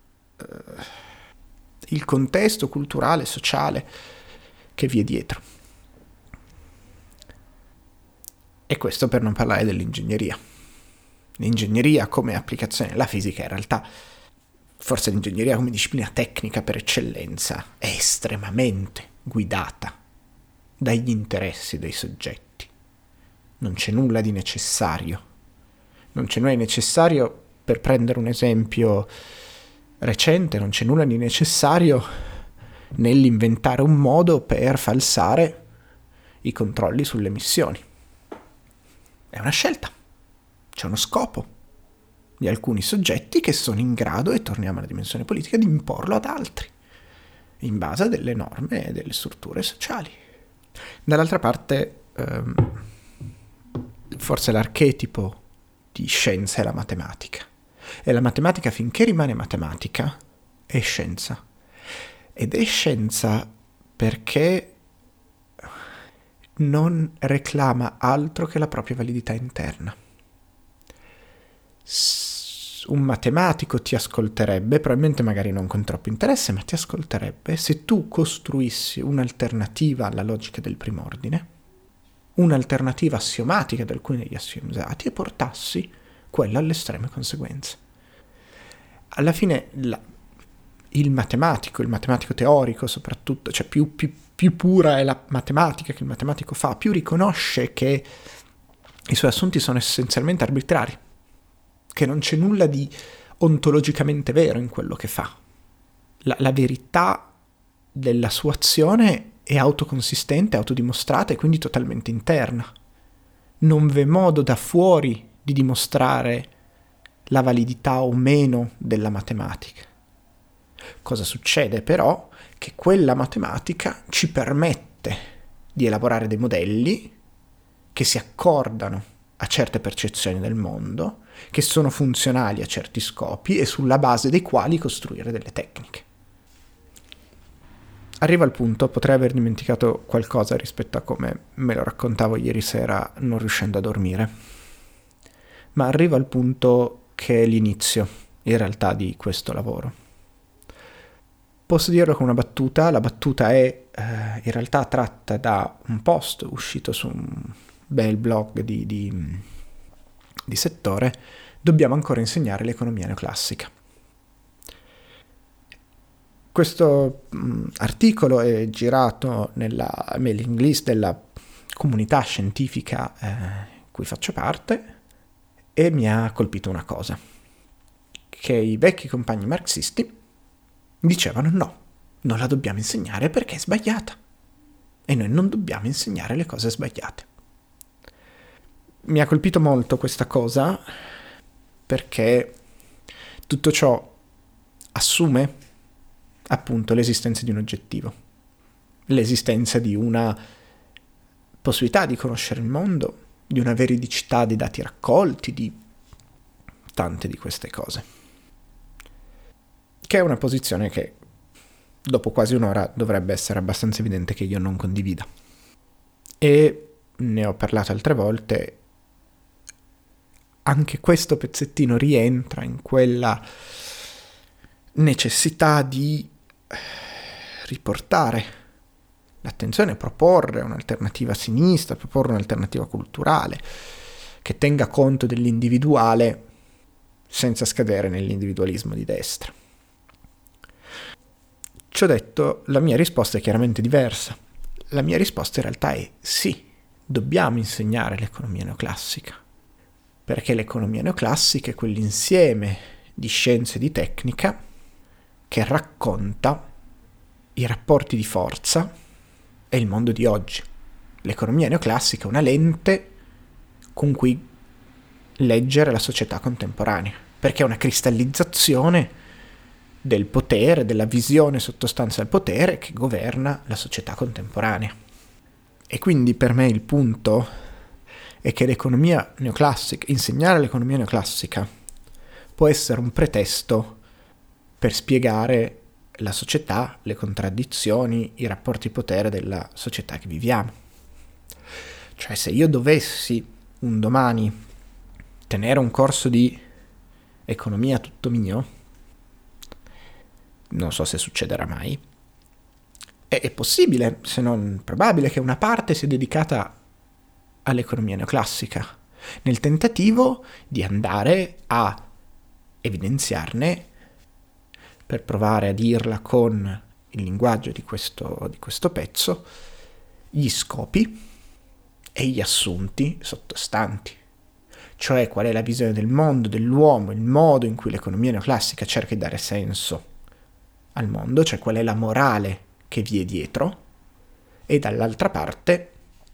il contesto culturale, sociale che vi è dietro. E questo per non parlare dell'ingegneria. L'ingegneria come applicazione alla fisica in realtà, forse l'ingegneria come disciplina tecnica per eccellenza, è estremamente guidata dagli interessi dei soggetti. Non c'è nulla di necessario. Non c'è nulla di necessario, per prendere un esempio recente, non c'è nulla di necessario nell'inventare un modo per falsare i controlli sulle emissioni. È una scelta. C'è uno scopo di alcuni soggetti che sono in grado, e torniamo alla dimensione politica, di imporlo ad altri, in base a delle norme e delle strutture sociali. Dall'altra parte, forse l'archetipo di scienza è la matematica. E la matematica, finché rimane matematica, è scienza. Ed è scienza perché non reclama altro che la propria validità interna. Un matematico ti ascolterebbe, probabilmente magari non con troppo interesse, ma ti ascolterebbe se tu costruissi un'alternativa alla logica del primordine, un'alternativa assiomatica di alcuni degli assiomi usati, e portassi quella alle estreme conseguenze. Alla fine il matematico teorico soprattutto, cioè più pura è la matematica che il matematico fa, più riconosce che i suoi assunti sono essenzialmente arbitrari, che non c'è nulla di ontologicamente vero in quello che fa. La verità della sua azione è autoconsistente, autodimostrata e quindi totalmente interna. Non v'è modo da fuori di dimostrare la validità o meno della matematica. Cosa succede però? Che quella matematica ci permette di elaborare dei modelli che si accordano a certe percezioni del mondo, che sono funzionali a certi scopi e sulla base dei quali costruire delle tecniche. Arriva al punto, potrei aver dimenticato qualcosa rispetto a come me lo raccontavo ieri sera non riuscendo a dormire, ma arriva al punto che è l'inizio, in realtà, di questo lavoro. Posso dirlo con una battuta, la battuta è in realtà tratta da un post uscito su un bel blog di settore. Dobbiamo ancora insegnare l'economia neoclassica. Questo articolo è girato nella mailing list della comunità scientifica cui faccio parte e mi ha colpito una cosa, che i vecchi compagni marxisti dicevano no, non la dobbiamo insegnare perché è sbagliata e noi non dobbiamo insegnare le cose sbagliate. Mi ha colpito molto questa cosa perché tutto ciò assume appunto l'esistenza di un oggettivo, l'esistenza di una possibilità di conoscere il mondo, di una veridicità dei dati raccolti, di tante di queste cose. Che è una posizione che dopo quasi un'ora dovrebbe essere abbastanza evidente che io non condivida. E ne ho parlato altre volte, anche questo pezzettino rientra in quella necessità di riportare l'attenzione, proporre un'alternativa a sinistra, proporre un'alternativa culturale che tenga conto dell'individuale senza scadere nell'individualismo di destra. Ciò detto, la mia risposta è chiaramente diversa. La mia risposta in realtà è sì, dobbiamo insegnare l'economia neoclassica, perché l'economia neoclassica è quell'insieme di scienze e di tecnica che racconta i rapporti di forza e il mondo di oggi. L'economia neoclassica è una lente con cui leggere la società contemporanea, perché è una cristallizzazione del potere, della visione sottostante al potere che governa la società contemporanea. E quindi per me il punto è che l'economia neoclassica, insegnare l'economia neoclassica, può essere un pretesto per spiegare la società, le contraddizioni, i rapporti di potere della società che viviamo. Cioè, se io dovessi un domani tenere un corso di economia tutto mio, non so se succederà mai, è possibile, se non probabile, che una parte sia dedicata all'economia neoclassica, nel tentativo di andare a evidenziarne, per provare a dirla con il linguaggio di questo pezzo, gli scopi e gli assunti sottostanti. Cioè qual è la visione del mondo, dell'uomo, il modo in cui l'economia neoclassica cerca di dare senso al mondo, cioè qual è la morale che vi è dietro, e dall'altra parte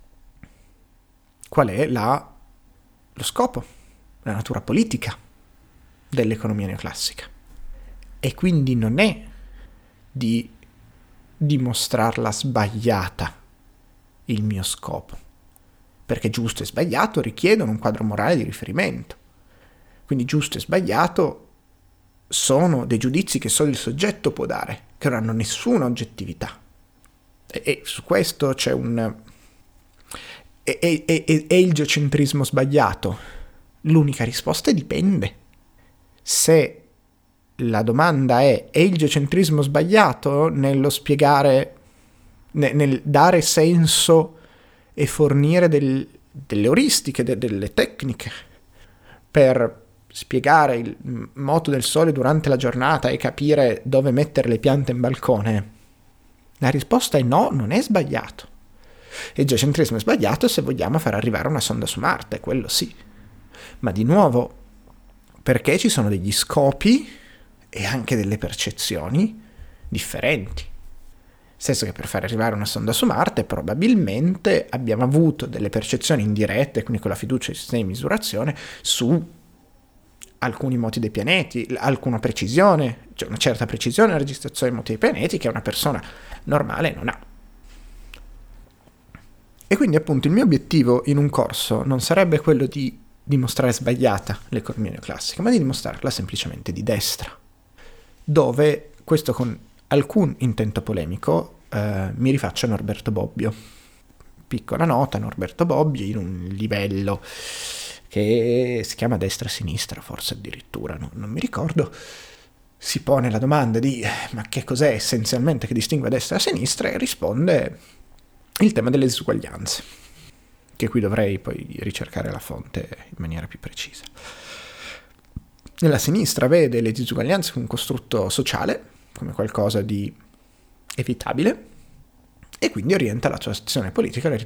qual è lo scopo, la natura politica dell'economia neoclassica. E quindi non è di dimostrarla sbagliata il mio scopo, perché giusto e sbagliato richiedono un quadro morale di riferimento. Quindi giusto e sbagliato sono dei giudizi che solo il soggetto può dare, che non hanno nessuna oggettività. E su questo c'è un... È il geocentrismo sbagliato? L'unica risposta è dipende. Se la domanda è il geocentrismo sbagliato nello spiegare, nel dare senso e fornire delle euristiche, delle tecniche per spiegare il moto del sole durante la giornata e capire dove mettere le piante in balcone, la risposta è no, non è sbagliato. Il geocentrismo è sbagliato se vogliamo far arrivare una sonda su Marte, quello sì. Ma di nuovo, perché ci sono degli scopi e anche delle percezioni differenti. Nel senso che per far arrivare una sonda su Marte probabilmente abbiamo avuto delle percezioni indirette, quindi con la fiducia ai sistemi di misurazione, su alcuni moti dei pianeti, alcuna precisione, cioè una certa precisione nella registrazione dei moti dei pianeti che una persona normale non ha. E quindi appunto il mio obiettivo in un corso non sarebbe quello di dimostrare sbagliata l'economia neoclassica, ma di dimostrarla semplicemente di destra, dove, questo con alcun intento polemico, mi rifaccio a Norberto Bobbio. Piccola nota, Norberto Bobbio in un livello che si chiama destra-sinistra, forse addirittura, non mi ricordo, si pone la domanda di ma che cos'è essenzialmente che distingue destra e sinistra, e risponde il tema delle disuguaglianze, che qui dovrei poi ricercare la fonte in maniera più precisa. La sinistra vede le disuguaglianze come un costrutto sociale, come qualcosa di evitabile, e quindi orienta la sua azione politica alla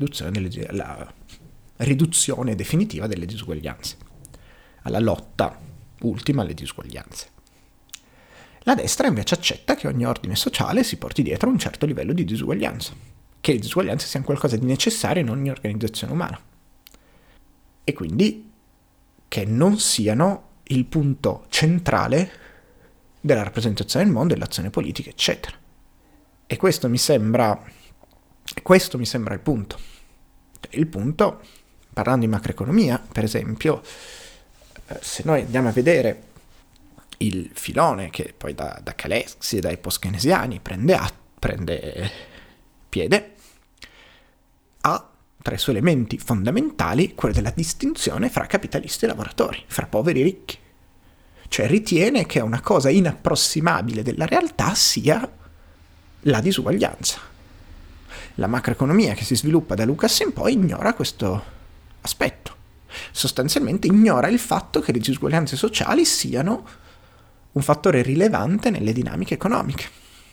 riduzione definitiva delle disuguaglianze, alla lotta ultima alle disuguaglianze. La destra invece accetta che ogni ordine sociale si porti dietro un certo livello di disuguaglianza, che le disuguaglianze siano qualcosa di necessario in ogni organizzazione umana, e quindi che non siano il punto centrale della rappresentazione del mondo, dell'azione politica, eccetera. E questo mi sembra il punto. Il punto, parlando di macroeconomia, per esempio, se noi andiamo a vedere il filone che poi da Kalecki e dai post-keynesiani prende piede, ha tra i suoi elementi fondamentali quello della distinzione fra capitalisti e lavoratori, fra poveri e ricchi. Cioè ritiene che una cosa inapprossimabile della realtà sia la disuguaglianza. La macroeconomia che si sviluppa da Lucas in poi ignora questo aspetto. Sostanzialmente ignora il fatto che le disuguaglianze sociali siano un fattore rilevante nelle dinamiche economiche.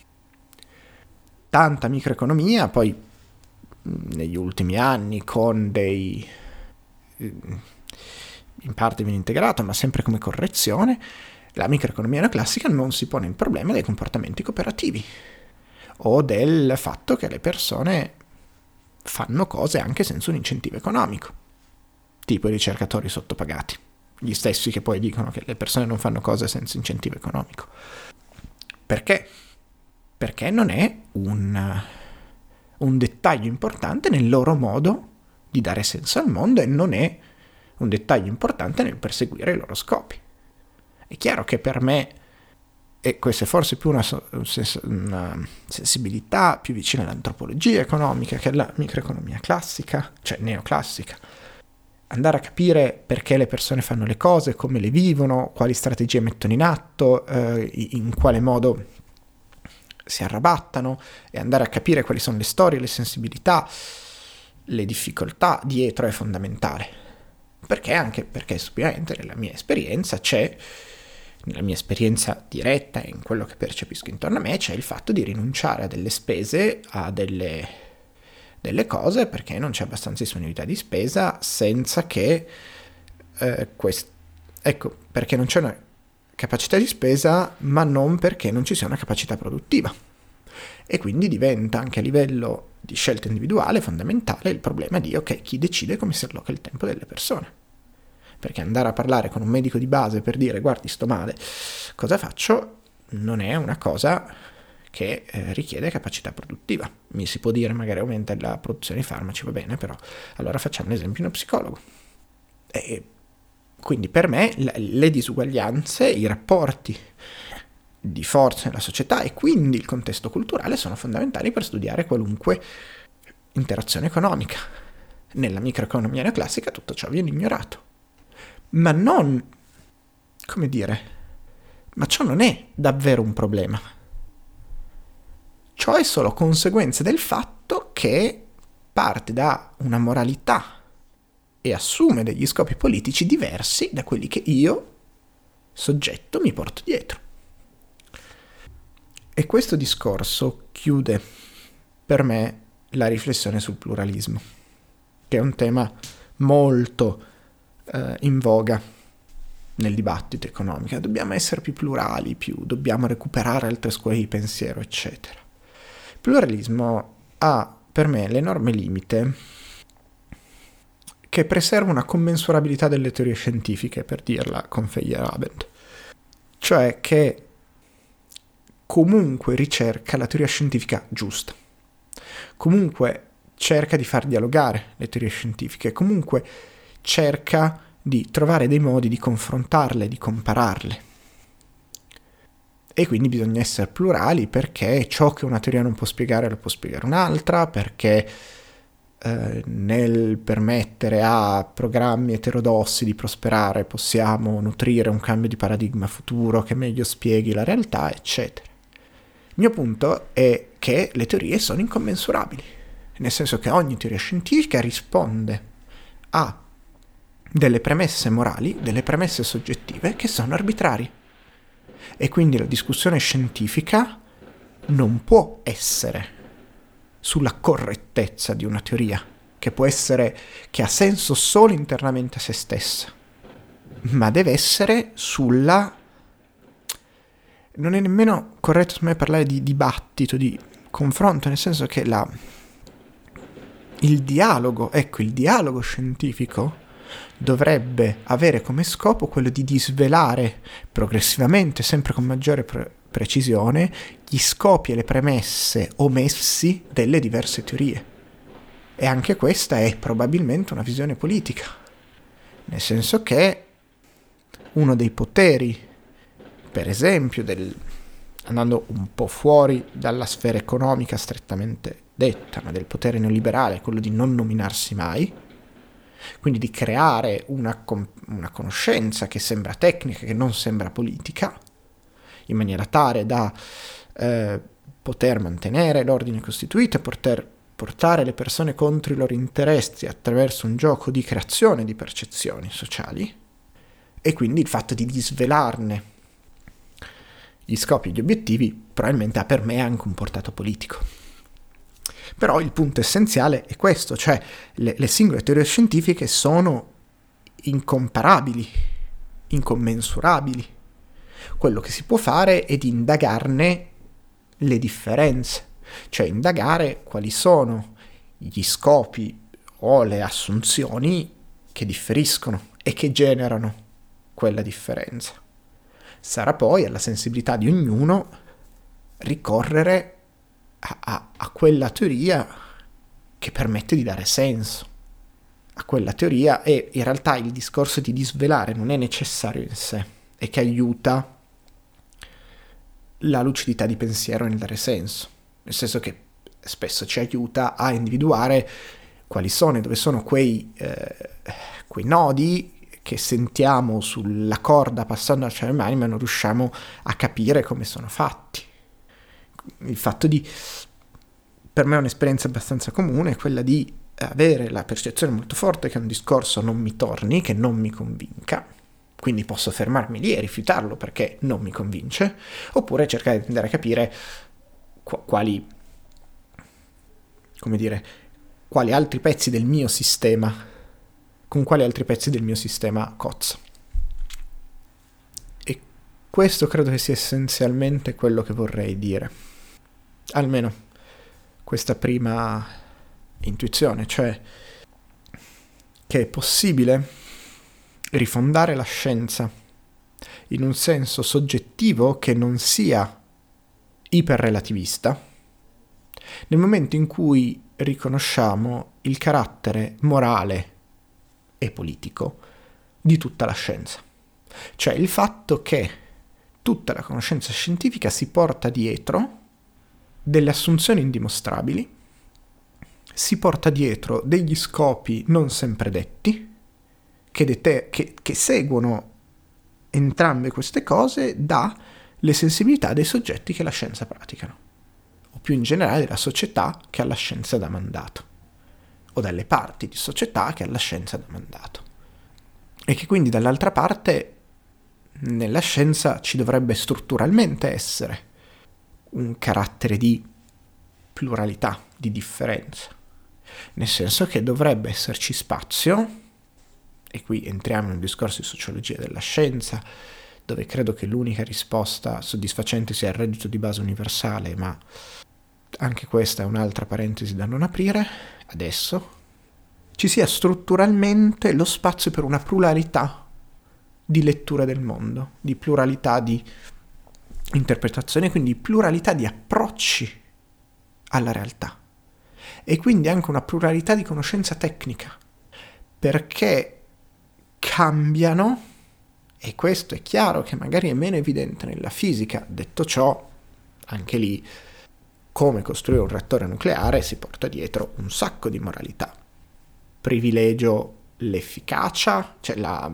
Tanta microeconomia, poi negli ultimi anni con in parte viene integrato, ma sempre come correzione, la microeconomia neoclassica non si pone il problema dei comportamenti cooperativi o del fatto che le persone fanno cose anche senza un incentivo economico, tipo i ricercatori sottopagati, gli stessi che poi dicono che le persone non fanno cose senza incentivo economico. Perché? Perché non è un dettaglio importante nel loro modo di dare senso al mondo e non è un dettaglio importante nel perseguire i loro scopi. È chiaro che per me, e questa è forse più una sensibilità più vicina all'antropologia economica che alla microeconomia classica, cioè neoclassica, andare a capire perché le persone fanno le cose, come le vivono, quali strategie mettono in atto, in quale modo si arrabattano, e andare a capire quali sono le storie, le sensibilità, le difficoltà dietro è fondamentale. Perché? Anche perché ovviamente nella mia esperienza nella mia esperienza diretta e in quello che percepisco intorno a me, c'è il fatto di rinunciare a delle spese, a delle cose, perché non c'è abbastanza disponibilità di spesa, senza che perché non c'è una capacità di spesa, ma non perché non ci sia una capacità produttiva. E quindi diventa anche a livello di scelta individuale fondamentale il problema di chi decide come si alloca il tempo delle persone. Perché andare a parlare con un medico di base per dire guardi sto male, cosa faccio, non è una cosa che richiede capacità produttiva. Mi si può dire magari aumenta la produzione di farmaci, va bene, però allora facciamo l'esempio di uno psicologo. E quindi per me le disuguaglianze, i rapporti di forza nella società e quindi il contesto culturale sono fondamentali per studiare qualunque interazione economica. Nella microeconomia neoclassica tutto ciò viene ignorato. Ma non, come dire, ma ciò non è davvero un problema. Ciò è solo conseguenza del fatto che parte da una moralità e assume degli scopi politici diversi da quelli che io, soggetto, mi porto dietro. E questo discorso chiude per me la riflessione sul pluralismo, che è un tema molto in voga nel dibattito economico. Dobbiamo essere più plurali, dobbiamo recuperare altre scuole di pensiero, eccetera. Il pluralismo ha per me l'enorme limite che preserva una commensurabilità delle teorie scientifiche, per dirla con Feyerabend, cioè che comunque ricerca la teoria scientifica giusta, comunque cerca di far dialogare le teorie scientifiche, comunque cerca di trovare dei modi di confrontarle, di compararle. E quindi bisogna essere plurali perché ciò che una teoria non può spiegare lo può spiegare un'altra, perché nel permettere a programmi eterodossi di prosperare possiamo nutrire un cambio di paradigma futuro che meglio spieghi la realtà, eccetera. Il mio punto è che le teorie sono incommensurabili, nel senso che ogni teoria scientifica risponde a delle premesse morali, delle premesse soggettive che sono arbitrarie. E quindi la discussione scientifica non può essere sulla correttezza di una teoria, che ha senso solo internamente a se stessa, ma deve essere sulla... Non è nemmeno corretto secondo me parlare di dibattito, di confronto, nel senso che il dialogo scientifico dovrebbe avere come scopo quello di disvelare progressivamente, sempre con maggiore precisione, gli scopi e le premesse omessi delle diverse teorie. E anche questa è probabilmente una visione politica, nel senso che uno dei poteri, per esempio, andando un po' fuori dalla sfera economica strettamente detta, ma del potere neoliberale, quello di non nominarsi mai, quindi di creare una conoscenza che sembra tecnica, che non sembra politica, in maniera tale da poter mantenere l'ordine costituito, poter portare le persone contro i loro interessi attraverso un gioco di creazione di percezioni sociali, e quindi il fatto di disvelarne gli scopi e gli obiettivi probabilmente ha per me anche un portato politico. Però il punto essenziale è questo, cioè le singole teorie scientifiche sono incomparabili, incommensurabili. Quello che si può fare è di indagarne le differenze, cioè indagare quali sono gli scopi o le assunzioni che differiscono e che generano quella differenza. Sarà poi alla sensibilità di ognuno ricorrere a quella teoria che permette di dare senso a quella teoria, e in realtà il discorso di disvelare non è necessario in sé, è che aiuta la lucidità di pensiero nel dare senso, nel senso che spesso ci aiuta a individuare quali sono e dove sono quei nodi che sentiamo sulla corda passando tra le mani ma non riusciamo a capire come sono fatti. Il fatto per me è un'esperienza abbastanza comune, quella di avere la percezione molto forte che un discorso non mi torni, che non mi convinca, quindi posso fermarmi lì e rifiutarlo perché non mi convince, oppure cercare di andare a capire quali altri pezzi del mio sistema, con quali altri pezzi del mio sistema cozzo. E questo credo che sia essenzialmente quello che vorrei dire, almeno questa prima intuizione, cioè che è possibile rifondare la scienza in un senso soggettivo che non sia iperrelativista nel momento in cui riconosciamo il carattere morale e politico di tutta la scienza. Cioè il fatto che tutta la conoscenza scientifica si porta dietro delle assunzioni indimostrabili, si porta dietro degli scopi non sempre detti, che seguono entrambe queste cose dalle sensibilità dei soggetti che la scienza praticano, o più in generale della società che alla scienza dà mandato, o dalle parti di società che alla scienza dà mandato. E che quindi dall'altra parte nella scienza ci dovrebbe strutturalmente essere un carattere di pluralità, di differenza, nel senso che dovrebbe esserci spazio, e qui entriamo in un discorso di sociologia della scienza, dove credo che l'unica risposta soddisfacente sia il reddito di base universale, ma anche questa è un'altra parentesi da non aprire adesso, ci sia strutturalmente lo spazio per una pluralità di letture del mondo, di pluralità di interpretazioni, quindi pluralità di approcci alla realtà, e quindi anche una pluralità di conoscenza tecnica, perché cambiano, e questo è chiaro che magari è meno evidente nella fisica. Detto ciò, anche lì, come costruire un reattore nucleare si porta dietro un sacco di moralità. Privilegio l'efficacia, cioè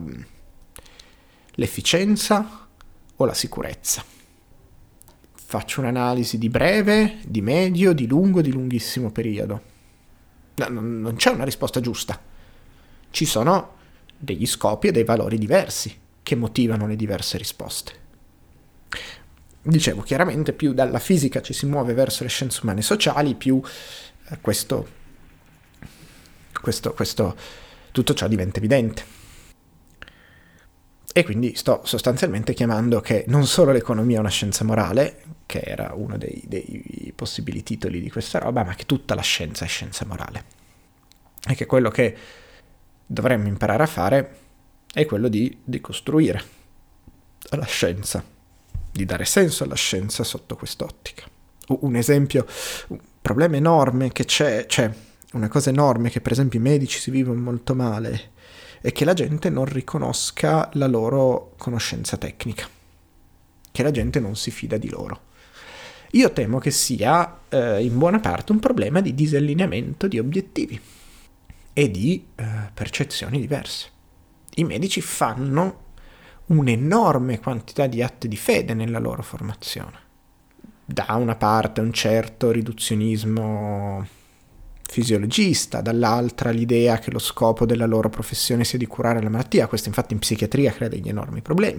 l'efficienza o la sicurezza. Faccio un'analisi di breve, di medio, di lungo, di lunghissimo periodo. No, non c'è una risposta giusta. Ci sono degli scopi e dei valori diversi che motivano le diverse risposte. Dicevo, chiaramente più dalla fisica ci si muove verso le scienze umane e sociali, più questo tutto ciò diventa evidente. E quindi sto sostanzialmente chiamando che non solo l'economia è una scienza morale, che era uno dei possibili titoli di questa roba, ma che tutta la scienza è scienza morale. E che quello che dovremmo imparare a fare è quello di decostruire la scienza, di dare senso alla scienza sotto quest'ottica. Un esempio, un problema enorme che c'è, una cosa enorme che per esempio i medici si vivono molto male, è che la gente non riconosca la loro conoscenza tecnica, che la gente non si fida di loro. Io temo che sia in buona parte un problema di disallineamento di obiettivi e di percezioni diverse. I medici fanno un'enorme quantità di atti di fede nella loro formazione. Da una parte un certo riduzionismo fisiologista, dall'altra l'idea che lo scopo della loro professione sia di curare la malattia. Questo infatti in psichiatria crea degli enormi problemi.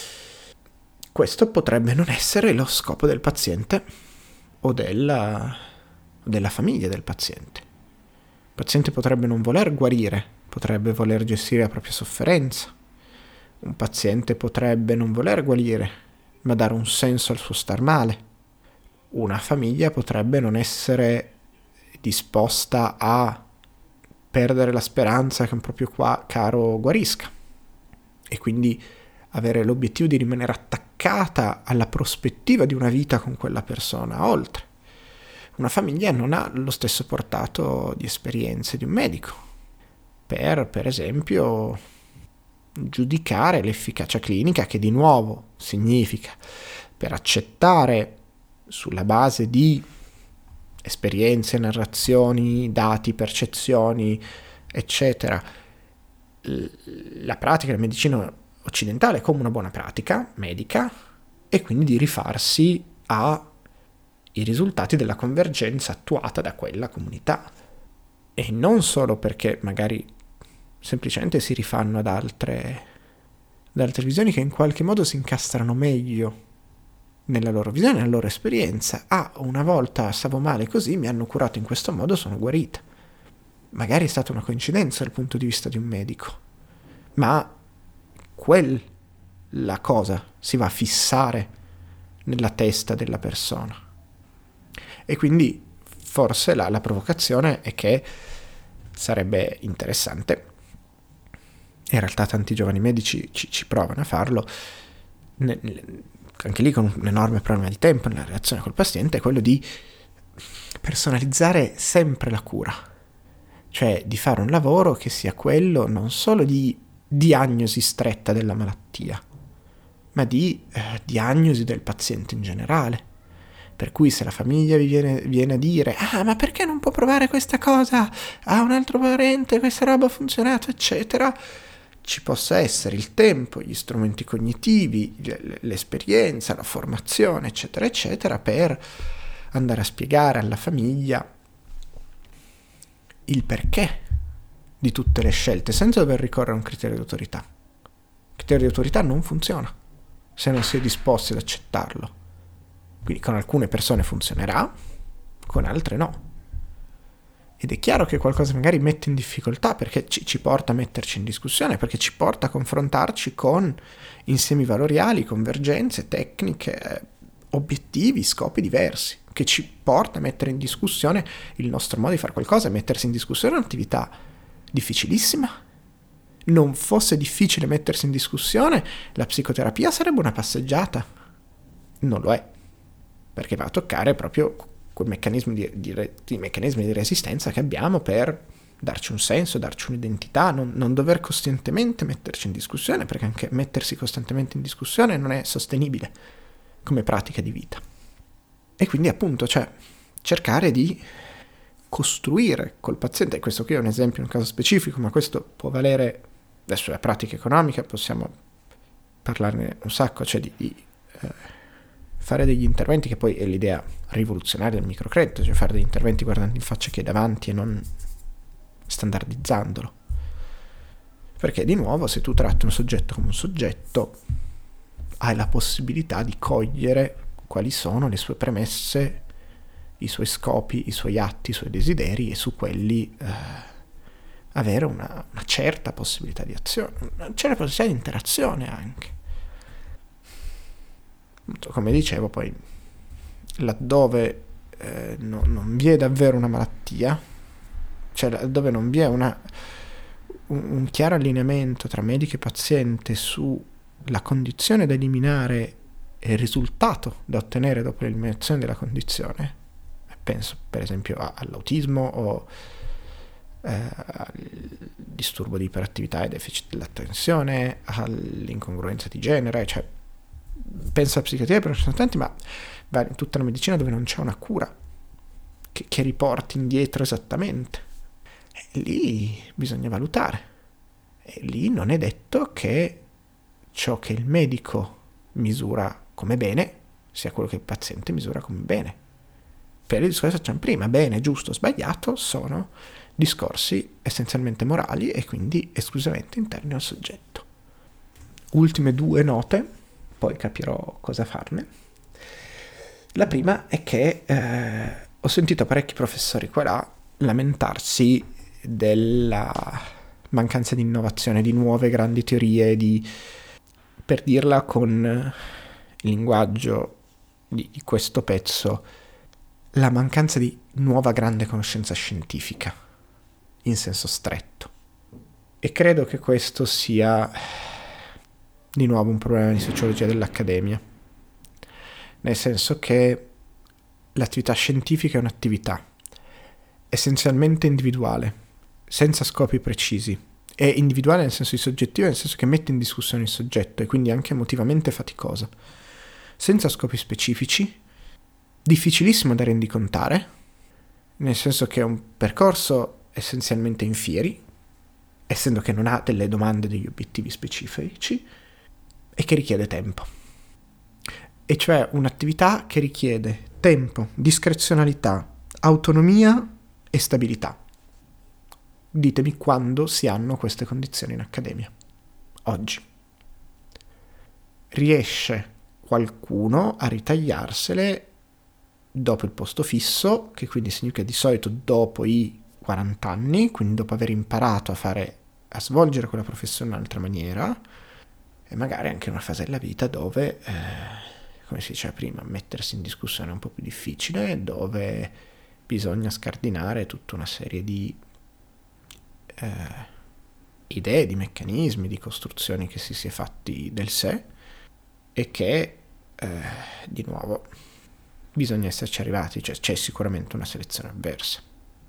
Questo potrebbe non essere lo scopo del paziente o della famiglia del paziente. Il paziente potrebbe non voler guarire, potrebbe voler gestire la propria sofferenza. Un paziente potrebbe non voler guarire, ma dare un senso al suo star male. Una famiglia potrebbe non essere disposta a perdere la speranza che un proprio caro guarisca, e quindi avere l'obiettivo di rimanere attaccata alla prospettiva di una vita con quella persona oltre. Una famiglia non ha lo stesso portato di esperienze di un medico per esempio giudicare l'efficacia clinica, che di nuovo significa per accettare sulla base di esperienze, narrazioni, dati, percezioni, eccetera, la pratica della medicina occidentale come una buona pratica medica, e quindi di rifarsi ai risultati della convergenza attuata da quella comunità, e non solo perché magari semplicemente si rifanno ad altre visioni che in qualche modo si incastrano meglio nella loro visione, nella loro esperienza. Una volta stavo male così, mi hanno curato in questo modo, sono guarita. Magari è stata una coincidenza dal punto di vista di un medico, ma la cosa si va a fissare nella testa della persona. E quindi forse la provocazione è che sarebbe interessante, in realtà tanti giovani medici ci provano a farlo, anche lì con un enorme problema di tempo nella relazione col paziente, è quello di personalizzare sempre la cura, cioè di fare un lavoro che sia quello non solo di diagnosi stretta della malattia, ma di diagnosi del paziente in generale. Per cui se la famiglia vi viene a dire ma perché non può provare questa cosa? Un altro parente, questa roba ha funzionato, eccetera, ci possa essere il tempo, gli strumenti cognitivi, l'esperienza, la formazione, eccetera, eccetera, per andare a spiegare alla famiglia il perché di tutte le scelte, senza dover ricorrere a un criterio di autorità. Il criterio di autorità non funziona se non si è disposti ad accettarlo. Quindi con alcune persone funzionerà, con altre no. Ed è chiaro che qualcosa magari mette in difficoltà, perché ci porta a metterci in discussione, perché ci porta a confrontarci con insiemi valoriali, convergenze, tecniche, obiettivi, scopi diversi, che ci porta a mettere in discussione il nostro modo di fare qualcosa. E mettersi in discussione è un'attività difficilissima. Non fosse difficile mettersi in discussione, la psicoterapia sarebbe una passeggiata. Non lo è, perché va a toccare proprio quei meccanismi meccanismi di resistenza che abbiamo per darci un senso, darci un'identità, non dover costantemente metterci in discussione, perché anche mettersi costantemente in discussione non è sostenibile come pratica di vita. E quindi appunto, cioè, cercare di costruire col paziente, e questo qui è un esempio, un caso specifico, ma questo può valere adesso la pratica economica, possiamo parlarne un sacco, cioè di fare degli interventi, che poi è l'idea rivoluzionaria del microcredito, cioè fare degli interventi guardando in faccia chi è davanti e non standardizzandolo. Perché di nuovo, se tu tratti un soggetto come un soggetto, hai la possibilità di cogliere quali sono le sue premesse, i suoi scopi, i suoi atti, i suoi desideri, e su quelli avere una certa possibilità di azione, una certa possibilità di interazione anche. Come dicevo, poi laddove non vi è davvero una malattia, cioè laddove non vi è un chiaro allineamento tra medico e paziente sulla condizione da eliminare e il risultato da ottenere dopo l'eliminazione della condizione, penso per esempio all'autismo o al disturbo di iperattività e deficit dell'attenzione, all'incongruenza di genere, cioè penso alla psichiatria perché sono tanti, ma va in tutta la medicina dove non c'è una cura che riporti indietro esattamente. E lì bisogna valutare. E lì non è detto che ciò che il medico misura come bene sia quello che il paziente misura come bene. Per il discorso che facciamo prima, bene, giusto, sbagliato, sono discorsi essenzialmente morali e quindi esclusivamente interni al soggetto. Ultime due note, poi capirò cosa farne. La prima è che ho sentito parecchi professori qua là lamentarsi della mancanza di innovazione, di nuove grandi teorie, per dirla con il linguaggio di questo pezzo, la mancanza di nuova grande conoscenza scientifica in senso stretto. E credo che questo sia di nuovo un problema di sociologia dell'accademia, nel senso che l'attività scientifica è un'attività essenzialmente individuale, senza scopi precisi. È individuale nel senso di soggettivo, nel senso che mette in discussione il soggetto e quindi anche emotivamente faticosa, senza scopi specifici, difficilissimo da rendicontare, nel senso che è un percorso essenzialmente in fieri, essendo che non ha delle domande, degli obiettivi specifici, e che richiede tempo. E cioè un'attività che richiede tempo, discrezionalità, autonomia e stabilità. Ditemi quando si hanno queste condizioni in accademia. Oggi. Riesce qualcuno a ritagliarsele dopo il posto fisso, che quindi significa di solito dopo i 40 anni, quindi dopo aver imparato a svolgere quella professione in un'altra maniera, e magari anche in una fase della vita dove, come si diceva prima, mettersi in discussione è un po' più difficile, dove bisogna scardinare tutta una serie di idee, di meccanismi, di costruzioni che si è fatti del sé, e che di nuovo, bisogna esserci arrivati, cioè c'è sicuramente una selezione avversa.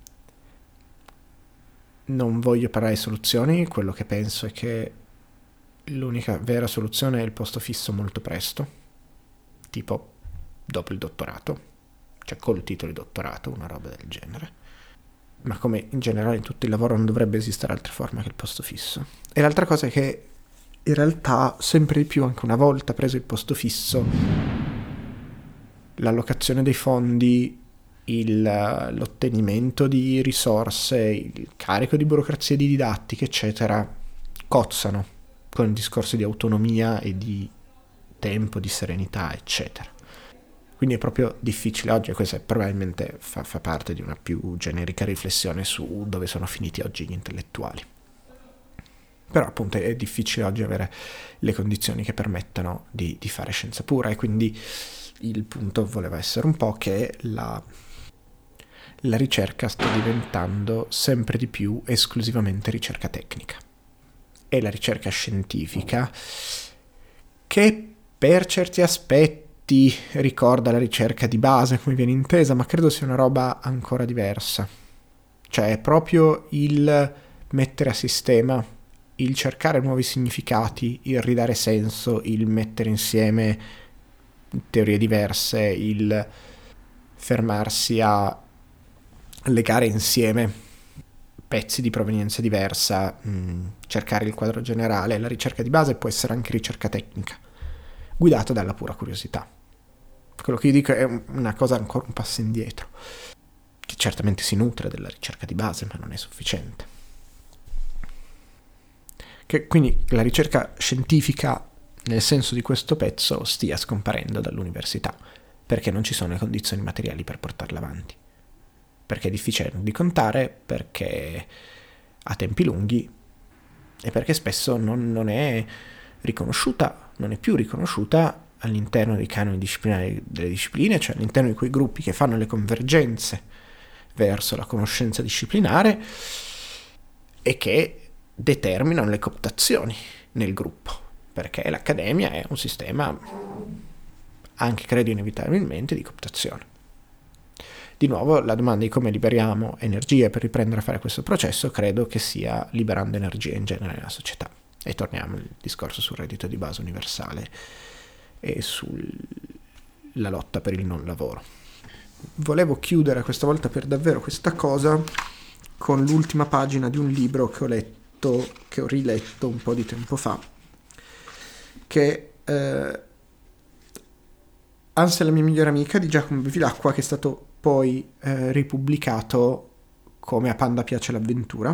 Non voglio parlare di soluzioni, quello che penso è che l'unica vera soluzione è il posto fisso molto presto, tipo dopo il dottorato, cioè col titolo di dottorato, una roba del genere. Ma come in generale in tutto il lavoro non dovrebbe esistere altra forma che il posto fisso. E l'altra cosa è che in realtà sempre di più, anche una volta preso il posto fisso, l'allocazione dei fondi, l'ottenimento di risorse, il carico di burocrazia di didattica, eccetera, cozzano con il discorso di autonomia e di tempo, di serenità, eccetera. Quindi è proprio difficile oggi, e questo probabilmente fa parte di una più generica riflessione su dove sono finiti oggi gli intellettuali. Però appunto è difficile oggi avere le condizioni che permettano di fare scienza pura, e quindi il punto voleva essere un po' che la ricerca sta diventando sempre di più esclusivamente ricerca tecnica. E la ricerca scientifica, che per certi aspetti ricorda la ricerca di base come viene intesa, ma credo sia una roba ancora diversa. Cioè è proprio il mettere a sistema, il cercare nuovi significati, il ridare senso, il mettere insieme teorie diverse, il fermarsi a legare insieme pezzi di provenienza diversa, cercare il quadro generale. La ricerca di base può essere anche ricerca tecnica, guidata dalla pura curiosità. Quello che io dico è una cosa ancora un passo indietro, che certamente si nutre della ricerca di base, ma non è sufficiente. Che quindi la ricerca scientifica, nel senso di questo pezzo, stia scomparendo dall'università, perché non ci sono le condizioni materiali per portarla avanti. Perché è difficile di contare, perché ha tempi lunghi e perché spesso non è riconosciuta, non è più riconosciuta all'interno dei canoni disciplinari delle discipline, cioè all'interno di quei gruppi che fanno le convergenze verso la conoscenza disciplinare e che determinano le cooptazioni nel gruppo, perché l'accademia è un sistema, anche credo inevitabilmente, di cooptazione. Di nuovo, la domanda di come liberiamo energie per riprendere a fare questo processo credo che sia liberando energie in genere nella società. E torniamo al discorso sul reddito di base universale e sulla lotta per il non lavoro. Volevo chiudere questa volta per davvero questa cosa con l'ultima pagina di un libro che ho riletto un po' di tempo fa, che Ansia la mia migliore amica di Giacomo Bevilacqua, che è stato poi ripubblicato come A Panda piace l'avventura.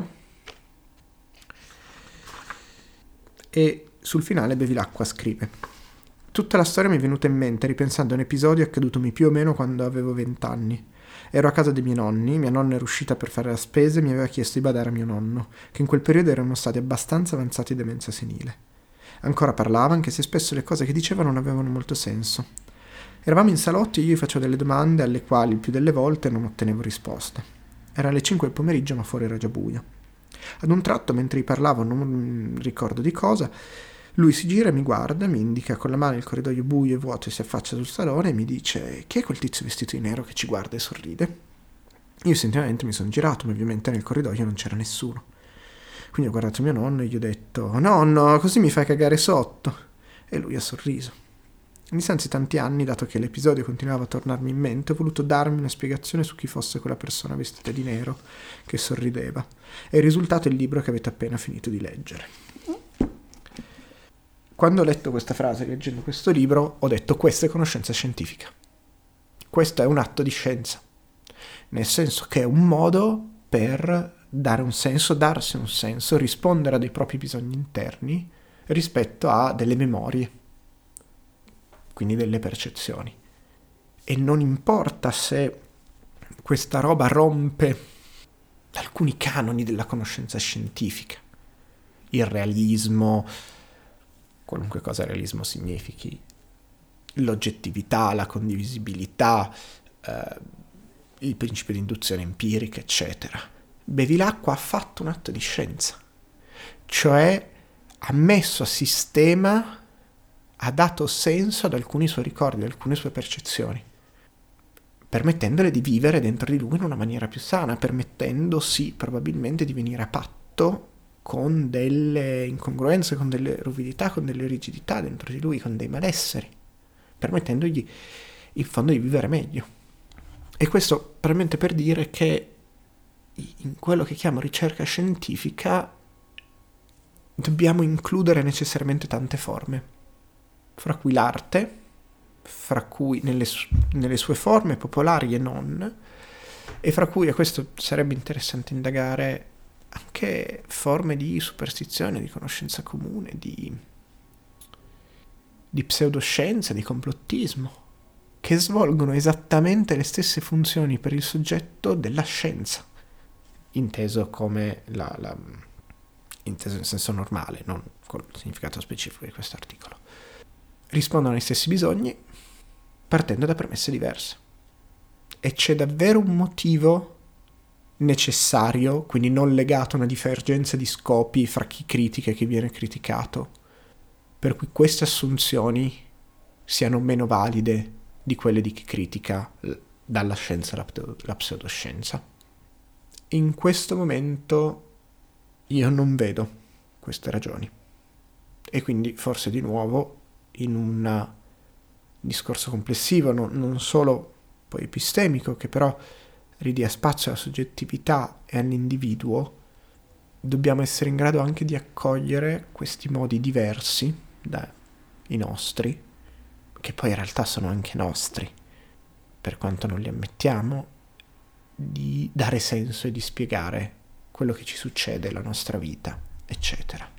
E sul finale Bevilacqua scrive: tutta la storia mi è venuta in mente ripensando a un episodio accadutomi più o meno quando avevo 20 anni. Ero a casa dei miei nonni, mia nonna era uscita per fare la spesa e mi aveva chiesto di badare a mio nonno, che in quel periodo erano stati abbastanza avanzati di demenza senile. Ancora parlava, anche se spesso le cose che diceva non avevano molto senso. Eravamo in salotto e io gli facevo delle domande alle quali il più delle volte non ottenevo risposta. Era alle 5 del pomeriggio, ma fuori era già buio. Ad un tratto, mentre gli parlavo, non ricordo di cosa, lui si gira e mi guarda, mi indica con la mano il corridoio buio e vuoto e si affaccia sul salone e mi dice: chi è quel tizio vestito di nero che ci guarda e sorride? Io istintivamente mi sono girato, ma ovviamente nel corridoio non c'era nessuno. Quindi ho guardato mio nonno e gli ho detto: nonno, così mi fai cagare sotto. E lui ha sorriso. A distanza di tanti anni, dato che l'episodio continuava a tornarmi in mente, ho voluto darmi una spiegazione su chi fosse quella persona vestita di nero che sorrideva. E il risultato è il libro che avete appena finito di leggere. Quando ho letto questa frase, leggendo questo libro, ho detto: questa è conoscenza scientifica. Questo è un atto di scienza. Nel senso che è un modo per dare un senso, darsi un senso, rispondere a dei propri bisogni interni rispetto a delle memorie, quindi delle percezioni. E non importa se questa roba rompe alcuni canoni della conoscenza scientifica, il realismo, qualunque cosa realismo significhi, l'oggettività, la condivisibilità, il principio di induzione empirica, eccetera. Bevilacqua ha fatto un atto di scienza, cioè ha messo a sistema ha dato senso ad alcuni suoi ricordi, ad alcune sue percezioni, permettendole di vivere dentro di lui in una maniera più sana, permettendosi probabilmente di venire a patto con delle incongruenze, con delle ruvidità, con delle rigidità dentro di lui, con dei malesseri, permettendogli in fondo di vivere meglio. E questo probabilmente per dire che in quello che chiamo ricerca scientifica dobbiamo includere necessariamente tante forme, fra cui l'arte, fra cui nelle sue forme popolari e non, e fra cui, a questo sarebbe interessante indagare, anche forme di superstizione, di conoscenza comune, di pseudoscienza, di complottismo, che svolgono esattamente le stesse funzioni per il soggetto della scienza, inteso come inteso in senso normale, non col significato specifico di questo articolo. Rispondono ai stessi bisogni partendo da premesse diverse. E c'è davvero un motivo necessario, quindi non legato a una divergenza di scopi fra chi critica e chi viene criticato, per cui queste assunzioni siano meno valide di quelle di chi critica dalla scienza la pseudoscienza. In questo momento io non vedo queste ragioni. E quindi forse di nuovo in un discorso complessivo, non solo poi epistemico, che però ridia spazio alla soggettività e all'individuo, dobbiamo essere in grado anche di accogliere questi modi diversi dai nostri, che poi in realtà sono anche nostri, per quanto non li ammettiamo, di dare senso e di spiegare quello che ci succede, la nostra vita, eccetera.